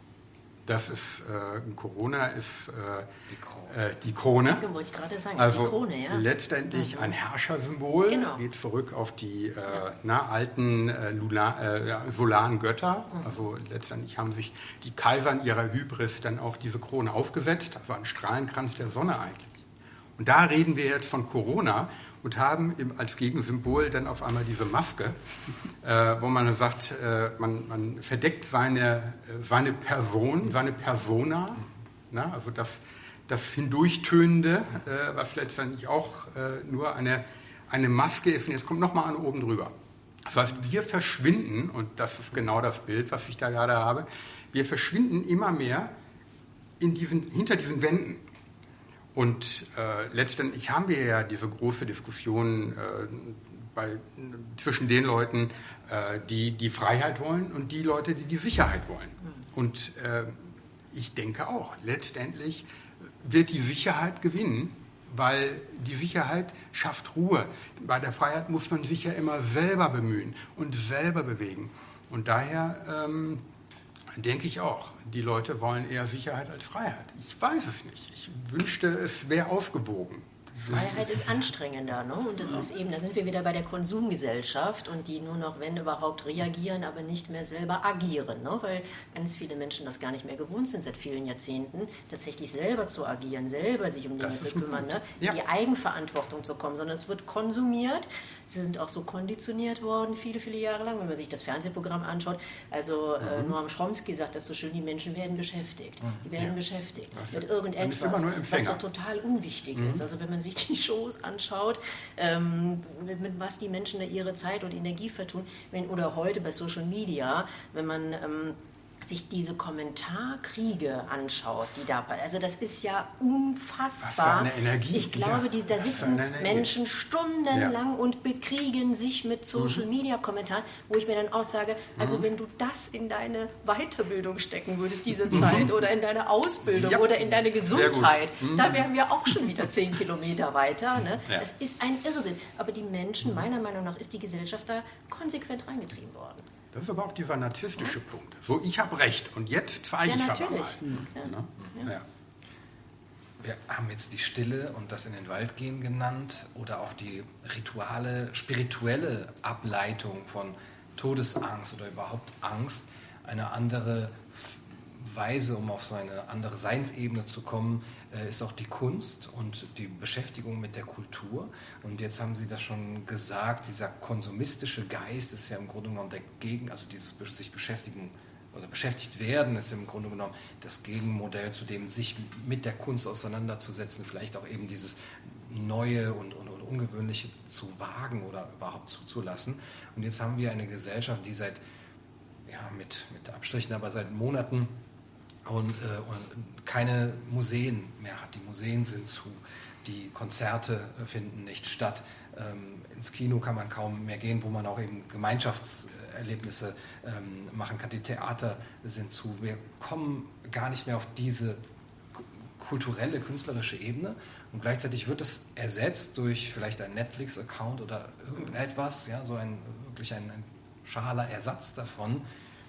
Corona ist die Krone. Ja, wollte ich gerade sagen, also ist die Krone, ja. Letztendlich ein Herrschersymbol, geht zurück auf die alten solaren Götter. Also letztendlich haben sich die Kaiser in ihrer Hybris dann auch diese Krone aufgesetzt, also ein Strahlenkranz der Sonne eigentlich. Und da reden wir jetzt von Corona und haben als Gegensymbol dann auf einmal diese Maske, wo man sagt, man verdeckt seine Person, seine Persona, also das Hindurchtönende, was letztendlich auch nur eine Maske ist. Und jetzt kommt nochmal eine oben drüber. Das heißt, wir verschwinden, und das ist genau das Bild, was ich da gerade habe, wir verschwinden immer mehr hinter diesen Wänden. Und letztendlich haben wir ja diese große Diskussion zwischen den Leuten, die die Freiheit wollen und die Leute, die die Sicherheit wollen. Und ich denke auch, letztendlich wird die Sicherheit gewinnen, weil die Sicherheit schafft Ruhe. Bei der Freiheit muss man sich ja immer selber bemühen und selber bewegen. Und daher denke ich auch, die Leute wollen eher Sicherheit als Freiheit. Ich weiß es nicht. Ich wünschte, es wäre ausgewogen. Freiheit ist anstrengender, ne? Und das ist eben, da sind wir wieder bei der Konsumgesellschaft und die nur noch, wenn überhaupt, reagieren, aber nicht mehr selber agieren, ne? Weil ganz viele Menschen das gar nicht mehr gewohnt sind, seit vielen Jahrzehnten, tatsächlich selber zu agieren, selber sich um Dinge zu kümmern, ne? In die Eigenverantwortung zu kommen, sondern es wird konsumiert. Sie sind auch so konditioniert worden, viele, viele Jahre lang, wenn man sich das Fernsehprogramm anschaut. Also Noam Chomsky sagt das so schön, die Menschen werden beschäftigt. Die werden beschäftigt mit irgendetwas, was so total unwichtig ist. Also wenn man sich die Shows anschaut, mit was die Menschen da ihre Zeit und Energie vertun, oder heute bei Social Media, wenn man sich diese Kommentarkriege anschaut, die da, also das ist ja unfassbar. Was für eine Energie. Ich glaube, da sitzen Menschen stundenlang und bekriegen sich mit Social-Media-Kommentaren, wo ich mir dann auch sage, also wenn du das in deine Weiterbildung stecken würdest, diese Zeit, oder in deine Ausbildung oder in deine Gesundheit, da wären wir auch schon wieder 10 Kilometer weiter. Ne? Ja. Das ist ein Irrsinn. Aber die Menschen, meiner Meinung nach, ist die Gesellschaft da konsequent reingetrieben worden. Das ist aber auch dieser narzisstische Punkt. So, ich habe Recht und jetzt zeige ich es aber mal. Ja. Wir haben jetzt die Stille und das in den Wald gehen genannt oder auch die rituale, spirituelle Ableitung von Todesangst oder überhaupt Angst. Eine andere Weise, um auf so eine andere Seinsebene zu kommen, ist auch die Kunst und die Beschäftigung mit der Kultur. Und jetzt haben Sie das schon gesagt, dieser konsumistische Geist ist ja im Grunde genommen dagegen, also dieses sich beschäftigen oder beschäftigt werden, ist im Grunde genommen das Gegenmodell zu dem, sich mit der Kunst auseinanderzusetzen, vielleicht auch eben dieses Neue und Ungewöhnliche zu wagen oder überhaupt zuzulassen. Und jetzt haben wir eine Gesellschaft, die seit, mit Abstrichen, aber seit Monaten und keine Museen mehr hat. Die Museen sind zu, die Konzerte finden nicht statt. Ins Kino kann man kaum mehr gehen, wo man auch eben Gemeinschaftserlebnisse machen kann. Die Theater sind zu. Wir kommen gar nicht mehr auf diese kulturelle, künstlerische Ebene und gleichzeitig wird es ersetzt durch vielleicht einen Netflix-Account oder irgendetwas, ja, so wirklich ein schaler Ersatz davon.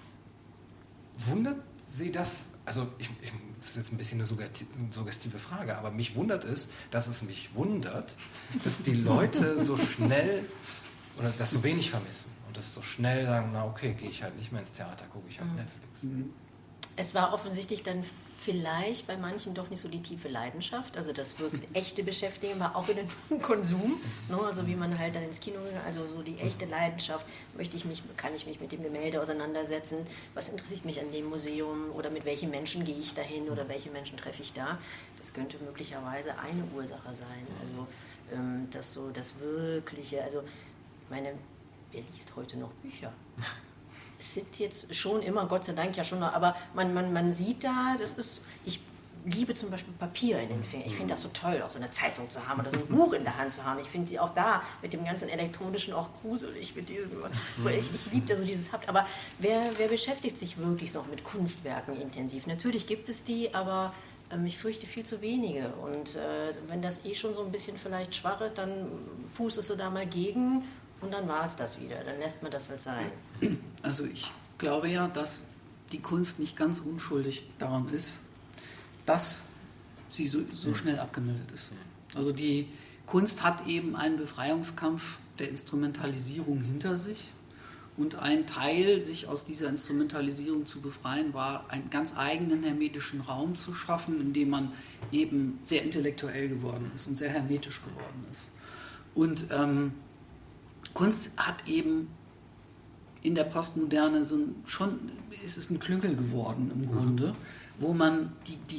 Wundert Sie das? Also das ist jetzt ein bisschen eine suggestive Frage, aber mich wundert es, dass mich wundert, dass die Leute so schnell oder das so wenig vermissen und das so schnell sagen, na okay, gehe ich halt nicht mehr ins Theater, gucke ich halt Netflix. Es war offensichtlich dann vielleicht bei manchen doch nicht so die tiefe Leidenschaft, also das wirklich echte Beschäftigen war auch wieder ein Konsum, ne? Also wie man halt dann ins Kino ging, also so die echte Leidenschaft, kann ich mich mit dem Gemälde auseinandersetzen, was interessiert mich an dem Museum oder mit welchen Menschen gehe ich dahin oder welche Menschen treffe ich da, das könnte möglicherweise eine Ursache sein, also das Wirkliche, also wer liest heute noch Bücher? Es sind jetzt schon immer, Gott sei Dank ja schon noch, aber man sieht da, ich liebe zum Beispiel Papier in den Fingern. Ich finde das so toll, auch so eine Zeitung zu haben oder so ein Buch in der Hand zu haben. Ich finde sie auch da mit dem ganzen Elektronischen auch gruselig. Ich liebe da so dieses Habt. Aber wer beschäftigt sich wirklich so mit Kunstwerken intensiv? Natürlich gibt es die, aber ich fürchte viel zu wenige. Und wenn das schon so ein bisschen vielleicht schwach ist, dann pustest du da mal gegen. Und dann war es das wieder, dann lässt man das halt sein. Also ich glaube ja, dass die Kunst nicht ganz unschuldig daran ist, dass sie so schnell abgemeldet ist. Also die Kunst hat eben einen Befreiungskampf der Instrumentalisierung hinter sich und ein Teil, sich aus dieser Instrumentalisierung zu befreien, war einen ganz eigenen hermetischen Raum zu schaffen, in dem man eben sehr intellektuell geworden ist und sehr hermetisch geworden ist. Und Kunst hat eben in der Postmoderne ist es ein Klüngel geworden im Grunde, wo man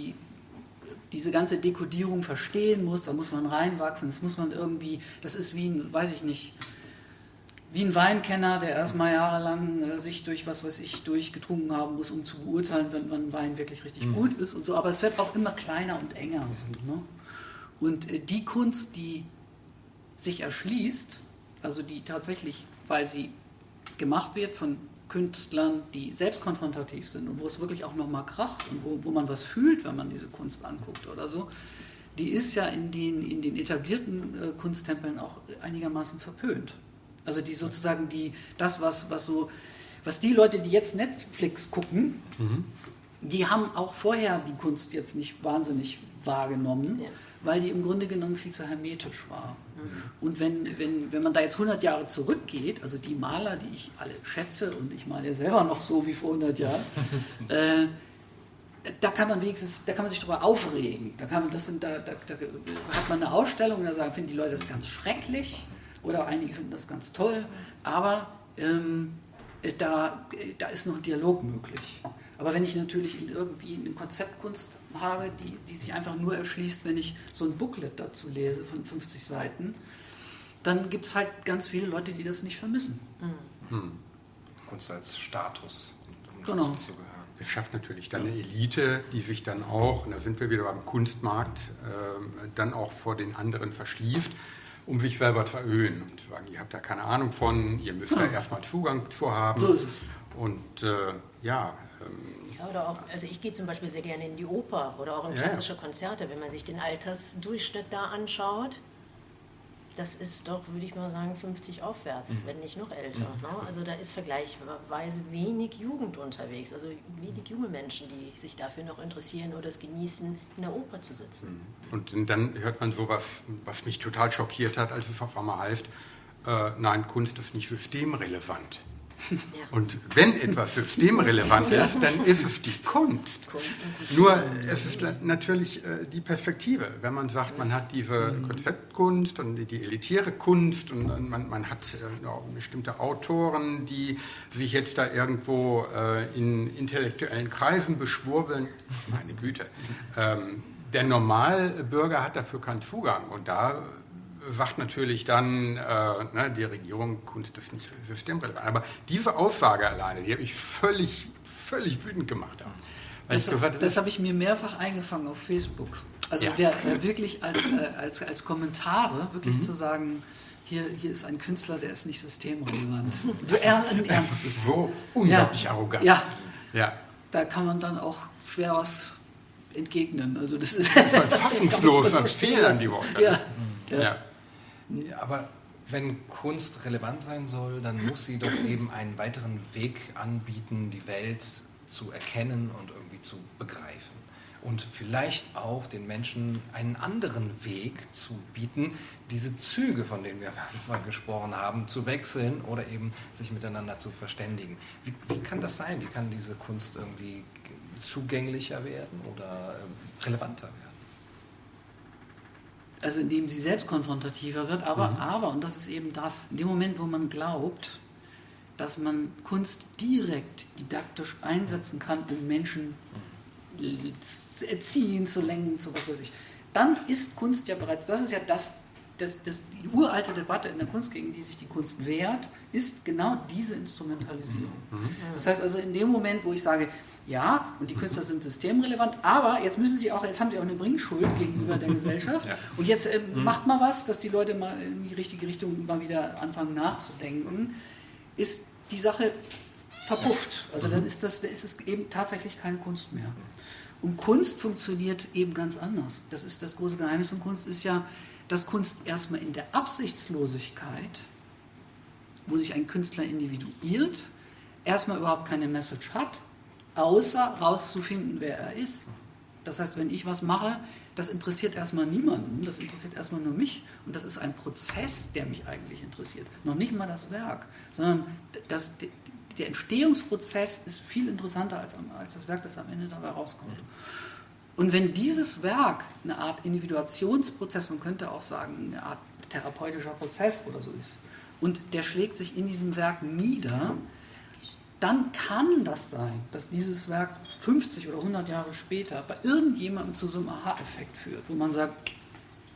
diese ganze Dekodierung verstehen muss, da muss man reinwachsen, das ist wie, weiß ich nicht, wie ein Weinkenner, der erstmal jahrelang sich durch durchgetrunken haben muss, um zu beurteilen, wenn ein Wein wirklich richtig gut ist und so. Aber es wird auch immer kleiner und enger. So, ne? Und die Kunst, die sich erschließt, also die tatsächlich, weil sie gemacht wird von Künstlern, die selbst konfrontativ sind und wo es wirklich auch nochmal kracht und wo man was fühlt, wenn man diese Kunst anguckt oder so, die ist ja in den etablierten Kunsttempeln auch einigermaßen verpönt. Also die sozusagen was die Leute, die jetzt Netflix gucken, die haben auch vorher die Kunst jetzt nicht wahnsinnig wahrgenommen, weil die im Grunde genommen viel zu hermetisch war. Und wenn man da jetzt 100 Jahre zurückgeht, also die Maler, die ich alle schätze, und ich male ja selber noch so wie vor 100 Jahren, da kann man sich darüber aufregen. Da hat man eine Ausstellung und da finden die Leute das ganz schrecklich oder einige finden das ganz toll, aber da ist noch ein Dialog möglich. Aber wenn ich natürlich irgendwie eine Konzeptkunst habe, die sich einfach nur erschließt, wenn ich so ein Booklet dazu lese von 50 Seiten, dann gibt es halt ganz viele Leute, die das nicht vermissen. Kunst als Status, um genau. dazu zu gehören. Es schafft natürlich dann eine Elite, die sich dann auch, und da sind wir wieder beim Kunstmarkt, dann auch vor den anderen verschließt, um sich selber zu verhöhnen und zu sagen, ihr habt da keine Ahnung von, ihr müsst da erstmal Zugang zu haben. So ist es. Und ja, oder auch, also ich gehe zum Beispiel sehr gerne in die Oper oder auch in klassische Konzerte, wenn man sich den Altersdurchschnitt da anschaut. Das ist doch, würde ich mal sagen, 50 aufwärts, wenn nicht noch älter. Ne? Also da ist vergleichsweise wenig Jugend unterwegs, also wenig junge Menschen, die sich dafür noch interessieren oder es genießen, in der Oper zu sitzen. Und dann hört man sowas, was mich total schockiert hat, als es auf einmal heißt, nein, Kunst ist nicht systemrelevant. Ja. Und wenn etwas systemrelevant ist, dann ist es die Kunst. Nur es ist natürlich die Perspektive. Wenn man sagt, man hat diese Konzeptkunst und die elitäre Kunst und man hat bestimmte Autoren, die sich jetzt da irgendwo in intellektuellen Kreisen beschwurbeln, meine Güte, der Normalbürger hat dafür keinen Zugang. Und da sagt natürlich dann die Regierung, Kunst ist nicht systemrelevant. Aber diese Aussage alleine, die habe ich völlig wütend gemacht. Das habe ich mir mehrfach eingefangen auf Facebook. Also wirklich als Kommentare wirklich zu sagen, hier ist ein Künstler, der ist nicht systemrelevant. Das ist so unglaublich arrogant. Ja. Da kann man dann auch schwer was entgegnen. Also das ist fassungslos und fehlen an die Worte. Ja, aber wenn Kunst relevant sein soll, dann muss sie doch eben einen weiteren Weg anbieten, die Welt zu erkennen und irgendwie zu begreifen. Und vielleicht auch den Menschen einen anderen Weg zu bieten, diese Züge, von denen wir am Anfang gesprochen haben, zu wechseln oder eben sich miteinander zu verständigen. Wie kann das sein? Wie kann diese Kunst irgendwie zugänglicher werden oder relevanter werden? Also indem sie selbst konfrontativer wird, aber, und das ist eben das, in dem Moment, wo man glaubt, dass man Kunst direkt didaktisch einsetzen kann, um Menschen zu erziehen, zu lenken, zu was weiß ich, dann ist Kunst ja bereits, das ist ja die uralte Debatte in der Kunst, gegen die sich die Kunst wehrt, ist genau diese Instrumentalisierung. Das heißt also in dem Moment, wo ich sage, ja, und die Künstler sind systemrelevant, aber jetzt haben sie auch eine Bringschuld gegenüber der Gesellschaft und jetzt macht mal was, dass die Leute mal in die richtige Richtung mal wieder anfangen nachzudenken, ist die Sache verpufft. Also dann ist es eben tatsächlich keine Kunst mehr. Und Kunst funktioniert eben ganz anders. Das ist das große Geheimnis von Kunst, ist ja, dass Kunst erstmal in der Absichtslosigkeit, wo sich ein Künstler individuiert, erstmal überhaupt keine Message hat, außer rauszufinden, wer er ist. Das heißt, wenn ich was mache, das interessiert erstmal niemanden, das interessiert erstmal nur mich und das ist ein Prozess, der mich eigentlich interessiert. Noch nicht mal das Werk, sondern der Entstehungsprozess ist viel interessanter als das Werk, das am Ende dabei rauskommt. Und wenn dieses Werk eine Art Individuationsprozess, man könnte auch sagen, eine Art therapeutischer Prozess oder so ist, und der schlägt sich in diesem Werk nieder, dann kann das sein, dass dieses Werk 50 oder 100 Jahre später bei irgendjemandem zu so einem Aha-Effekt führt, wo man sagt,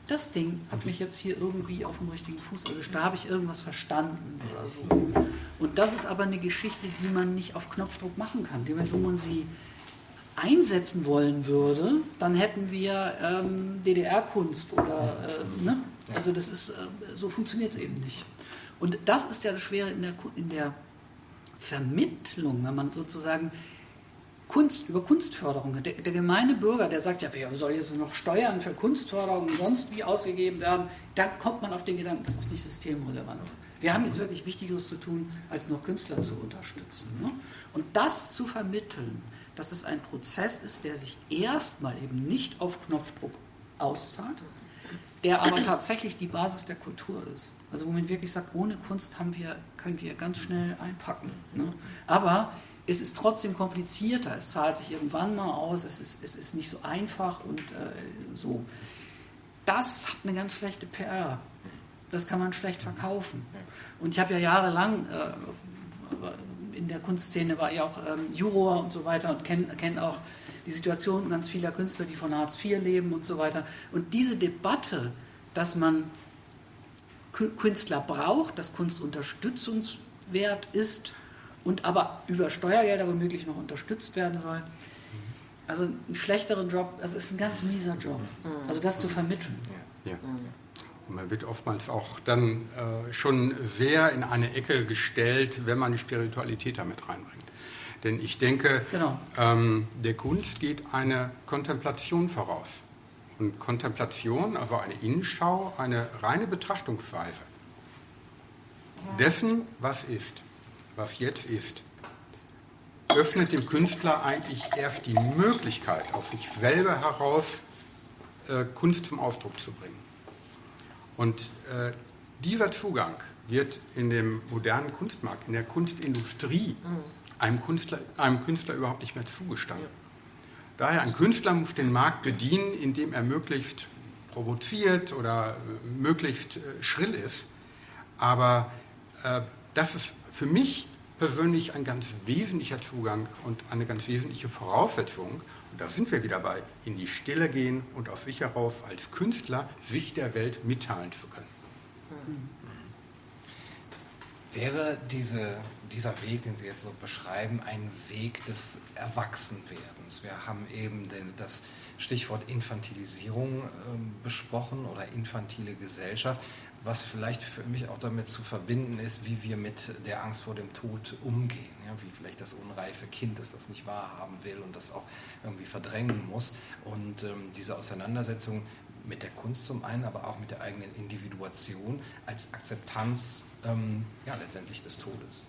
das Ding hat mich jetzt hier irgendwie auf dem richtigen Fuß erwischt, da habe ich irgendwas verstanden oder so. Und das ist aber eine Geschichte, die man nicht auf Knopfdruck machen kann. Wo man sie einsetzen wollen würde, dann hätten wir DDR-Kunst oder, ne? Also das ist, so funktioniert es eben nicht. Und das ist ja das Schwere in der Vermittlung, wenn man sozusagen über Kunstförderung, der gemeine Bürger, der sagt, ja, wer soll jetzt noch Steuern für Kunstförderung und sonst wie ausgegeben werden, da kommt man auf den Gedanken, das ist nicht systemrelevant. Wir haben jetzt wirklich Wichtigeres zu tun, als noch Künstler zu unterstützen. Ne? Und das zu vermitteln, dass es ein Prozess ist, der sich erstmal eben nicht auf Knopfdruck auszahlt, der aber tatsächlich die Basis der Kultur ist. Also wo man wirklich sagt, ohne Kunst können wir ganz schnell einpacken. Ne? Aber es ist trotzdem komplizierter, es zahlt sich irgendwann mal aus, es ist nicht so einfach und so. Das hat eine ganz schlechte PR. Das kann man schlecht verkaufen. Und ich habe ja jahrelang in der Kunstszene war ich auch Juror und so weiter und kenne auch die Situation ganz vieler Künstler, die von Hartz IV leben und so weiter. Und diese Debatte, dass man Künstler braucht, dass Kunst unterstützungswert ist und aber über Steuergelder womöglich noch unterstützt werden soll. Also einen schlechteren Job, also es ist ein ganz mieser Job. Also das zu vermitteln. Ja. Und man wird oftmals auch dann schon sehr in eine Ecke gestellt, wenn man die Spiritualität damit reinbringt. Denn ich denke, genau. Der Kunst geht eine Kontemplation voraus. Und Kontemplation, also eine Innenschau, eine reine Betrachtungsweise dessen, was ist, was jetzt ist, öffnet dem Künstler eigentlich erst die Möglichkeit, aus sich selber heraus Kunst zum Ausdruck zu bringen. Und dieser Zugang wird in dem modernen Kunstmarkt, in der Kunstindustrie, einem Künstler überhaupt nicht mehr zugestanden. Daher, ein Künstler muss den Markt bedienen, indem er möglichst provoziert oder möglichst schrill ist. Aber das ist für mich persönlich ein ganz wesentlicher Zugang und eine ganz wesentliche Voraussetzung. Und da sind wir wieder bei, in die Stille gehen und aus sich heraus als Künstler sich der Welt mitteilen zu können. Wäre dieser Weg, den Sie jetzt so beschreiben, ein Weg des Erwachsenwerdens? Wir haben eben das Stichwort Infantilisierung besprochen oder infantile Gesellschaft, was vielleicht für mich auch damit zu verbinden ist, wie wir mit der Angst vor dem Tod umgehen. Ja, wie vielleicht das unreife Kind, das nicht wahrhaben will und das auch irgendwie verdrängen muss. Und diese Auseinandersetzung mit der Kunst zum einen, aber auch mit der eigenen Individuation als Akzeptanz letztendlich des Todes.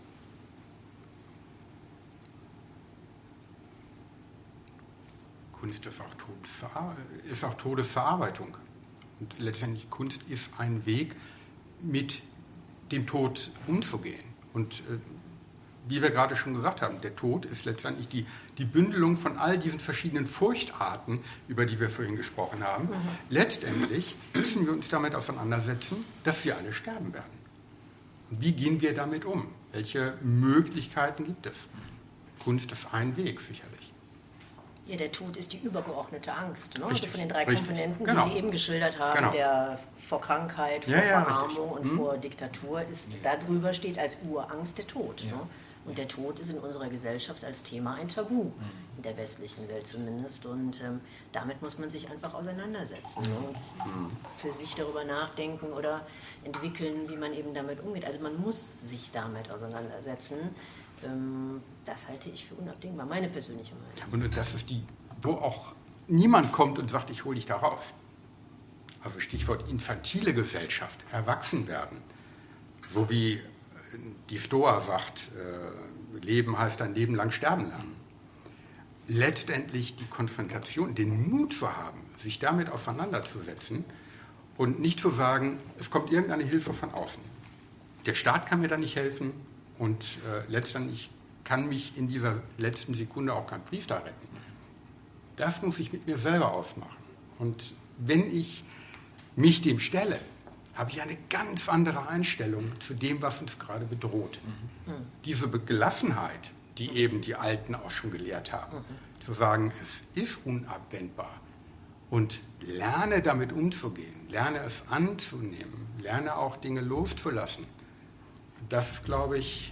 Kunst ist auch Todesverarbeitung. Und letztendlich Kunst ist ein Weg, mit dem Tod umzugehen. Und wie wir gerade schon gesagt haben, der Tod ist letztendlich die Bündelung von all diesen verschiedenen Furchtarten, über die wir vorhin gesprochen haben. Letztendlich müssen wir uns damit auseinandersetzen, dass wir alle sterben werden. Und wie gehen wir damit um? Welche Möglichkeiten gibt es? Kunst ist ein Weg, sicherlich. Ja, der Tod ist die übergeordnete Angst. Ne? Richtig, also von den 3 richtig. Komponenten, Genau. die Sie eben geschildert haben, Genau. vor Krankheit, vor Verarmung und vor Diktatur, darüber steht als Urangst der Tod. Ja. Ne? Und der Tod ist in unserer Gesellschaft als Thema ein Tabu, in der westlichen Welt zumindest. Und damit muss man sich einfach auseinandersetzen und für sich darüber nachdenken oder entwickeln, wie man eben damit umgeht. Also man muss sich damit auseinandersetzen. Das halte ich für unabdingbar, meine persönliche Meinung. Und das ist wo auch niemand kommt und sagt, ich hole dich da raus. Also Stichwort infantile Gesellschaft, erwachsen werden. So wie die Stoa sagt, Leben heißt ein Leben lang sterben lernen. Letztendlich die Konfrontation, den Mut zu haben, sich damit auseinanderzusetzen und nicht zu sagen, es kommt irgendeine Hilfe von außen. Der Staat kann mir da nicht helfen und letztendlich kann mich in dieser letzten Sekunde auch kein Priester retten. Das muss ich mit mir selber ausmachen. Und wenn ich mich dem stelle, habe ich eine ganz andere Einstellung zu dem, was uns gerade bedroht. Diese Gelassenheit, die eben die Alten auch schon gelehrt haben, zu sagen, es ist unabwendbar und lerne damit umzugehen, lerne es anzunehmen, lerne auch Dinge loszulassen. Das glaube ich,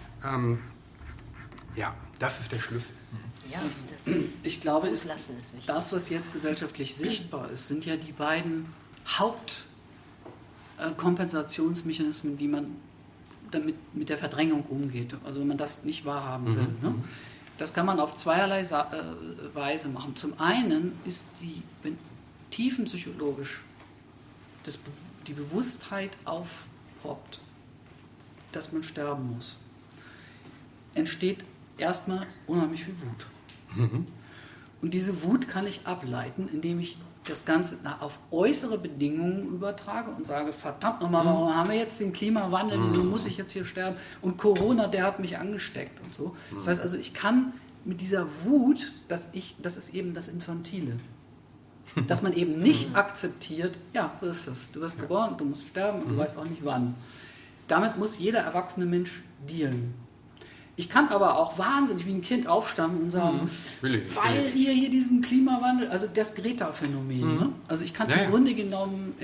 das ist der Schlüssel. Ja, das ist, Ich glaube, Loslassen ist wichtig. das, was jetzt gesellschaftlich sichtbar ist, sind ja die beiden Hauptkompensationsmechanismen, wie man damit mit der Verdrängung umgeht. Also wenn man das nicht wahrhaben will. Ne? Das kann man auf zweierlei Weise machen. Zum einen ist wenn tiefenpsychologisch die Bewusstheit aufpoppt, dass man sterben muss, entsteht erstmal unheimlich viel Wut. Und diese Wut kann ich ableiten, indem ich das Ganze auf äußere Bedingungen übertrage und sage, verdammt nochmal, warum haben wir jetzt den Klimawandel, wieso muss ich jetzt hier sterben? Und Corona, der hat mich angesteckt und so. Das heißt also, ich kann mit dieser Wut, das ist eben das Infantile. Dass man eben nicht akzeptiert, ja, so ist es. Du wirst geboren, du musst sterben und du weißt auch nicht wann. Damit muss jeder erwachsene Mensch dealen. Ich kann aber auch wahnsinnig wie ein Kind aufstammen und sagen, weil ihr hier diesen Klimawandel, also das Greta-Phänomen, ne? Also ich kann im Grunde genommen,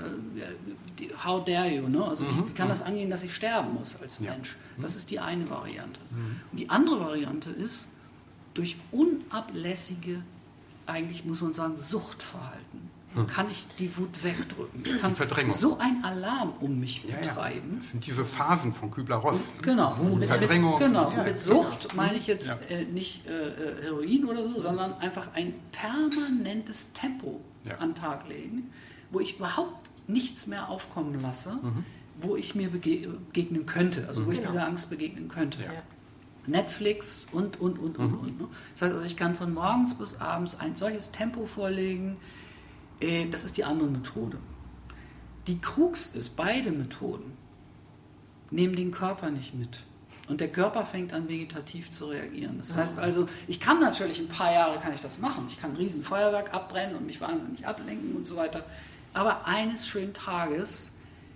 how dare you, ne? Also wie kann das angehen, dass ich sterben muss als Mensch? Das ist die eine Variante. Und die andere Variante ist, durch unablässige, eigentlich muss man sagen, Suchtverhalten, kann ich die Wut wegdrücken. Ich kann so ein Alarm um mich betreiben. Das sind diese Phasen von Kübler-Ross. Genau. Verdrängung. Genau. Mit Sucht meine ich jetzt nicht Heroin oder so, sondern einfach ein permanentes Tempo an den Tag legen, wo ich überhaupt nichts mehr aufkommen lasse, wo ich mir begegnen könnte, also wo ich dieser Angst begegnen könnte. Ja. Netflix und. Ne? Das heißt also, ich kann von morgens bis abends ein solches Tempo vorlegen. Das ist die andere Methode. Die Krux ist, beide Methoden nehmen den Körper nicht mit. Und der Körper fängt an, vegetativ zu reagieren. Das heißt also, ich kann natürlich ein paar Jahre kann ich das machen. Ich kann ein Riesenfeuerwerk abbrennen und mich wahnsinnig ablenken und so weiter. Aber eines schönen Tages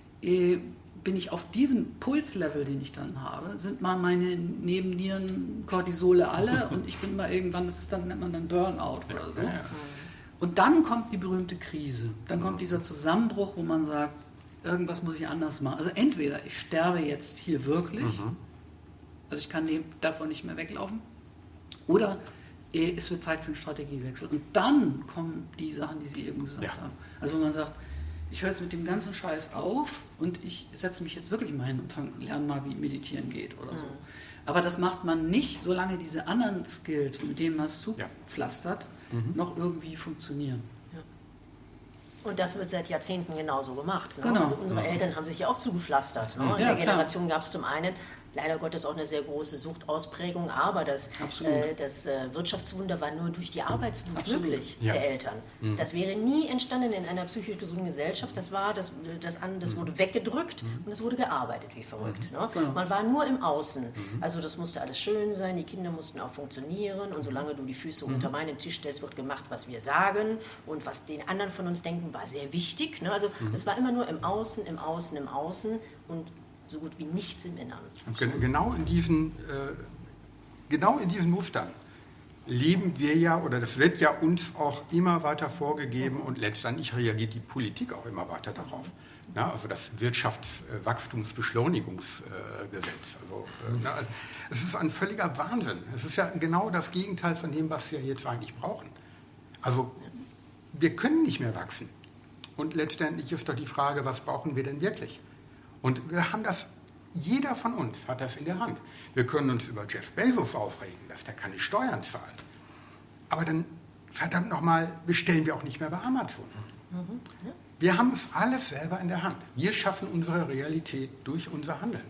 bin ich auf diesem Pulslevel, den ich dann habe, sind mal meine Nebennieren, Cortisole alle und ich bin mal irgendwann, nennt man dann Burnout oder so. Und dann kommt die berühmte Krise. Dann kommt dieser Zusammenbruch, wo man sagt, irgendwas muss ich anders machen. Also entweder ich sterbe jetzt hier wirklich, also ich kann davon nicht mehr weglaufen, oder es wird Zeit für einen Strategiewechsel. Und dann kommen die Sachen, die Sie eben gesagt haben. Also wenn man sagt, ich höre jetzt mit dem ganzen Scheiß auf und ich setze mich jetzt wirklich mal hin und lerne mal, wie Meditieren geht oder so. Aber das macht man nicht, solange diese anderen Skills, mit denen man es zupflastert, noch irgendwie funktionieren. Ja. Und das wird seit Jahrzehnten genauso gemacht. Ne? Genau. Also unsere Eltern haben sich ja auch zugepflastert. Ne? In der Generation gab es zum einen leider Gottes auch eine sehr große Suchtausprägung, aber das Wirtschaftswunder war nur durch die Arbeitswut möglich der Eltern. Das wäre nie entstanden in einer psychisch gesunden Gesellschaft. Das wurde weggedrückt und es wurde gearbeitet wie verrückt. Ne? Genau. Man war nur im Außen. Also das musste alles schön sein, die Kinder mussten auch funktionieren und solange du die Füße unter meinen Tisch stellst, wird gemacht, was wir sagen und was den anderen von uns denken, war sehr wichtig. Ne? Also es war immer nur im Außen, im Außen, im Außen und so gut wie nichts im Inneren. Genau in diesen Mustern leben wir ja, oder das wird ja uns auch immer weiter vorgegeben und letztendlich reagiert die Politik auch immer weiter darauf. Ja, also das Wirtschaftswachstumsbeschleunigungsgesetz. Es ist ein völliger Wahnsinn. Es ist ja genau das Gegenteil von dem, was wir jetzt eigentlich brauchen. Also wir können nicht mehr wachsen. Und letztendlich ist doch die Frage, was brauchen wir denn wirklich? Und wir haben das, jeder von uns hat das in der Hand. Wir können uns über Jeff Bezos aufregen, dass der keine Steuern zahlt. Aber dann, verdammt nochmal, bestellen wir auch nicht mehr bei Amazon. Wir haben es alles selber in der Hand. Wir schaffen unsere Realität durch unser Handeln.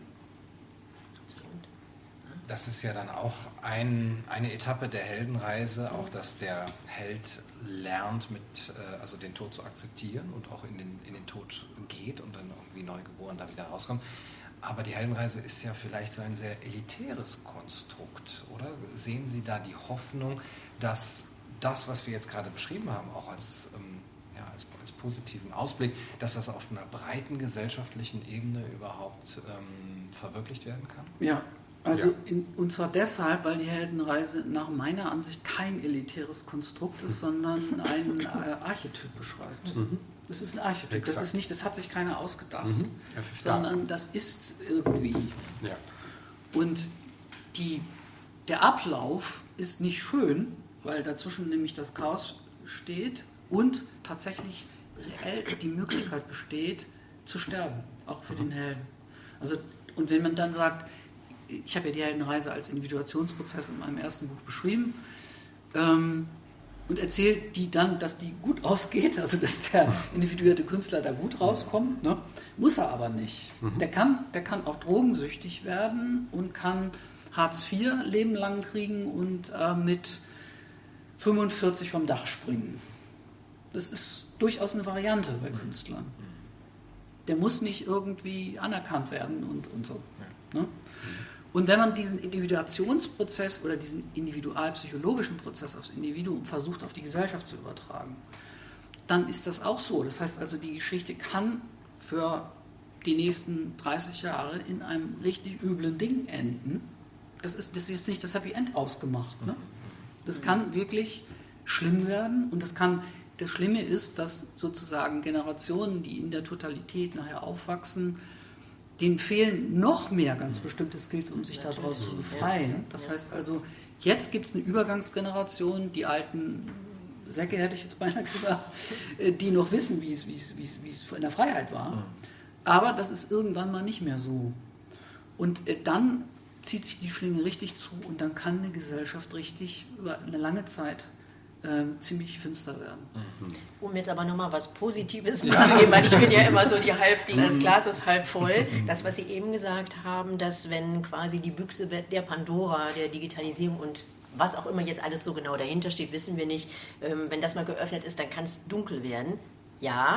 Das ist ja dann auch eine Etappe der Heldenreise, auch dass der Held lernt, also den Tod zu akzeptieren und auch in den Tod geht und dann irgendwie neugeboren da wieder rauskommt. Aber die Heldenreise ist ja vielleicht so ein sehr elitäres Konstrukt, oder? Sehen Sie da die Hoffnung, dass das, was wir jetzt gerade beschrieben haben, auch als positiven Ausblick, dass das auf einer breiten gesellschaftlichen Ebene überhaupt verwirklicht werden kann? Ja, Also und zwar deshalb, weil die Heldenreise nach meiner Ansicht kein elitäres Konstrukt ist, sondern ein Archetyp beschreibt. Das ist ein Archetyp. Das ist nicht, das hat sich keiner ausgedacht, sondern das ist irgendwie. Ja. Und der Ablauf ist nicht schön, weil dazwischen nämlich das Chaos steht und tatsächlich reell die Möglichkeit besteht, zu sterben, auch für den Helden. Also, und wenn man dann sagt, ich habe ja die Heldenreise als Individuationsprozess in meinem ersten Buch beschrieben und erzählt die dann, dass die gut ausgeht, also dass der individuelle Künstler da gut rauskommt, ne? Muss er aber nicht. Der kann auch drogensüchtig werden und kann Hartz IV Leben lang kriegen und mit 45 vom Dach springen. Das ist durchaus eine Variante bei Künstlern. Der muss nicht irgendwie anerkannt werden und so. Ne? Und wenn man diesen Individuationsprozess oder diesen individualpsychologischen Prozess aufs Individuum versucht, auf die Gesellschaft zu übertragen, dann ist das auch so. Das heißt also, die Geschichte kann für die nächsten 30 Jahre in einem richtig üblen Ding enden. Das ist jetzt nicht das Happy End ausgemacht. Ne? Das kann wirklich schlimm werden und das Schlimme ist, dass sozusagen Generationen, die in der Totalität nachher aufwachsen, denen fehlen noch mehr ganz bestimmte Skills, um sich daraus zu befreien. Das heißt also, jetzt gibt es eine Übergangsgeneration, die alten Säcke, hätte ich jetzt beinahe gesagt, die noch wissen, wie es in der Freiheit war. Aber das ist irgendwann mal nicht mehr so. Und dann zieht sich die Schlinge richtig zu und dann kann eine Gesellschaft richtig über eine lange Zeit ziemlich finster werden. Um jetzt aber nochmal was Positives mitzugeben, weil ich bin ja immer so, das Glas ist halb voll. Das, was Sie eben gesagt haben, dass wenn quasi die Büchse der Pandora, der Digitalisierung und was auch immer jetzt alles so genau dahinter steht, wissen wir nicht. Wenn das mal geöffnet ist, dann kann es dunkel werden. Ja,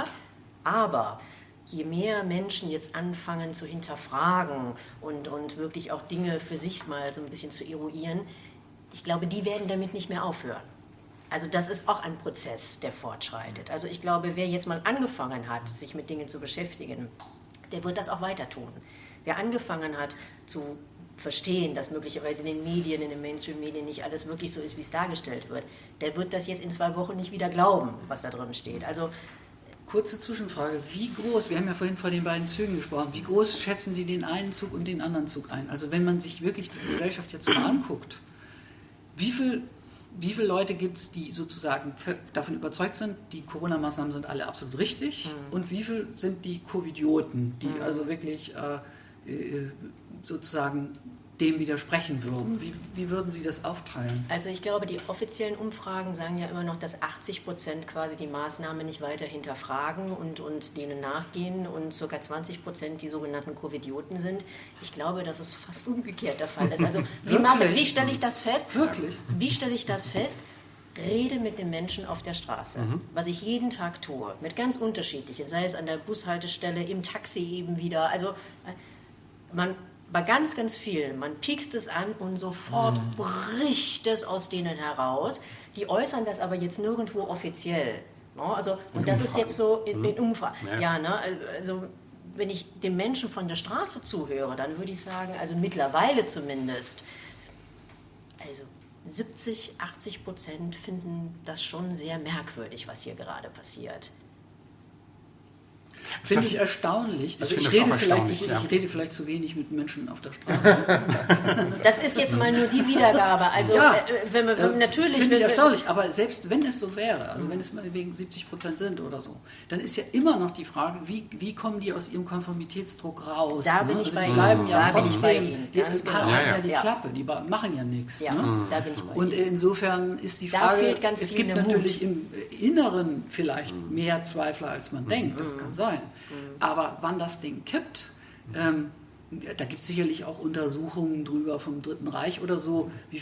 aber je mehr Menschen jetzt anfangen zu hinterfragen und wirklich auch Dinge für sich mal so ein bisschen zu eruieren, ich glaube, die werden damit nicht mehr aufhören. Also das ist auch ein Prozess, der fortschreitet. Also ich glaube, wer jetzt mal angefangen hat, sich mit Dingen zu beschäftigen, der wird das auch weiter tun. Wer angefangen hat zu verstehen, dass möglicherweise in den Medien, in den Mainstream-Medien nicht alles wirklich so ist, wie es dargestellt wird, der wird das jetzt in 2 Wochen nicht wieder glauben, was da drin steht. Also kurze Zwischenfrage, wie groß, wir haben ja vorhin von den beiden Zügen gesprochen, wie groß schätzen Sie den einen Zug und den anderen Zug ein? Also wenn man sich wirklich die Gesellschaft jetzt mal anguckt, wie viele Leute gibt es, die sozusagen davon überzeugt sind, die Corona-Maßnahmen sind alle absolut richtig und wie viele sind die Covidioten, die also wirklich sozusagen dem widersprechen würden? Wie würden Sie das aufteilen? Also ich glaube, die offiziellen Umfragen sagen ja immer noch, dass 80% quasi die Maßnahmen nicht weiter hinterfragen und denen nachgehen und ca. 20% die sogenannten Covidioten sind. Ich glaube, dass es fast umgekehrt der Fall ist. Also wie stelle ich das fest? Wirklich? Wie stelle ich das fest? Rede mit den Menschen auf der Straße, was ich jeden Tag tue, mit ganz unterschiedlichen, sei es an der Bushaltestelle, im Taxi eben wieder. Also bei ganz, ganz vielen, man piekst es an und sofort bricht es aus denen heraus. Die äußern das aber jetzt nirgendwo offiziell. Ne? Also, und das ist jetzt so in Umfragen. Ja, ne? Also wenn ich den Menschen von der Straße zuhöre, dann würde ich sagen, also mittlerweile zumindest, also 70-80% finden das schon sehr merkwürdig, was hier gerade passiert. Finde ich erstaunlich. Also ich rede vielleicht zu wenig mit Menschen auf der Straße. Das ist jetzt mal nur die Wiedergabe. Also natürlich finde ich erstaunlich. Aber selbst wenn es so wäre, also wenn es mal wegen 70% sind oder so, dann ist ja immer noch die Frage, wie kommen die aus ihrem Konformitätsdruck raus? Da bin ich also bei die Ihnen. bleiben ja da trotzdem, bin ich bei Ihnen. die halten ja die Klappe, die machen ja nichts. Ja, da bin ich bei Ihnen. Und insofern ist die Da Frage, fehlt ganz es viel gibt der Mut. natürlich im Inneren vielleicht mehr Zweifler, als man denkt, das kann sein. Aber wann das Ding kippt, da gibt es sicherlich auch Untersuchungen drüber vom Dritten Reich oder so, wie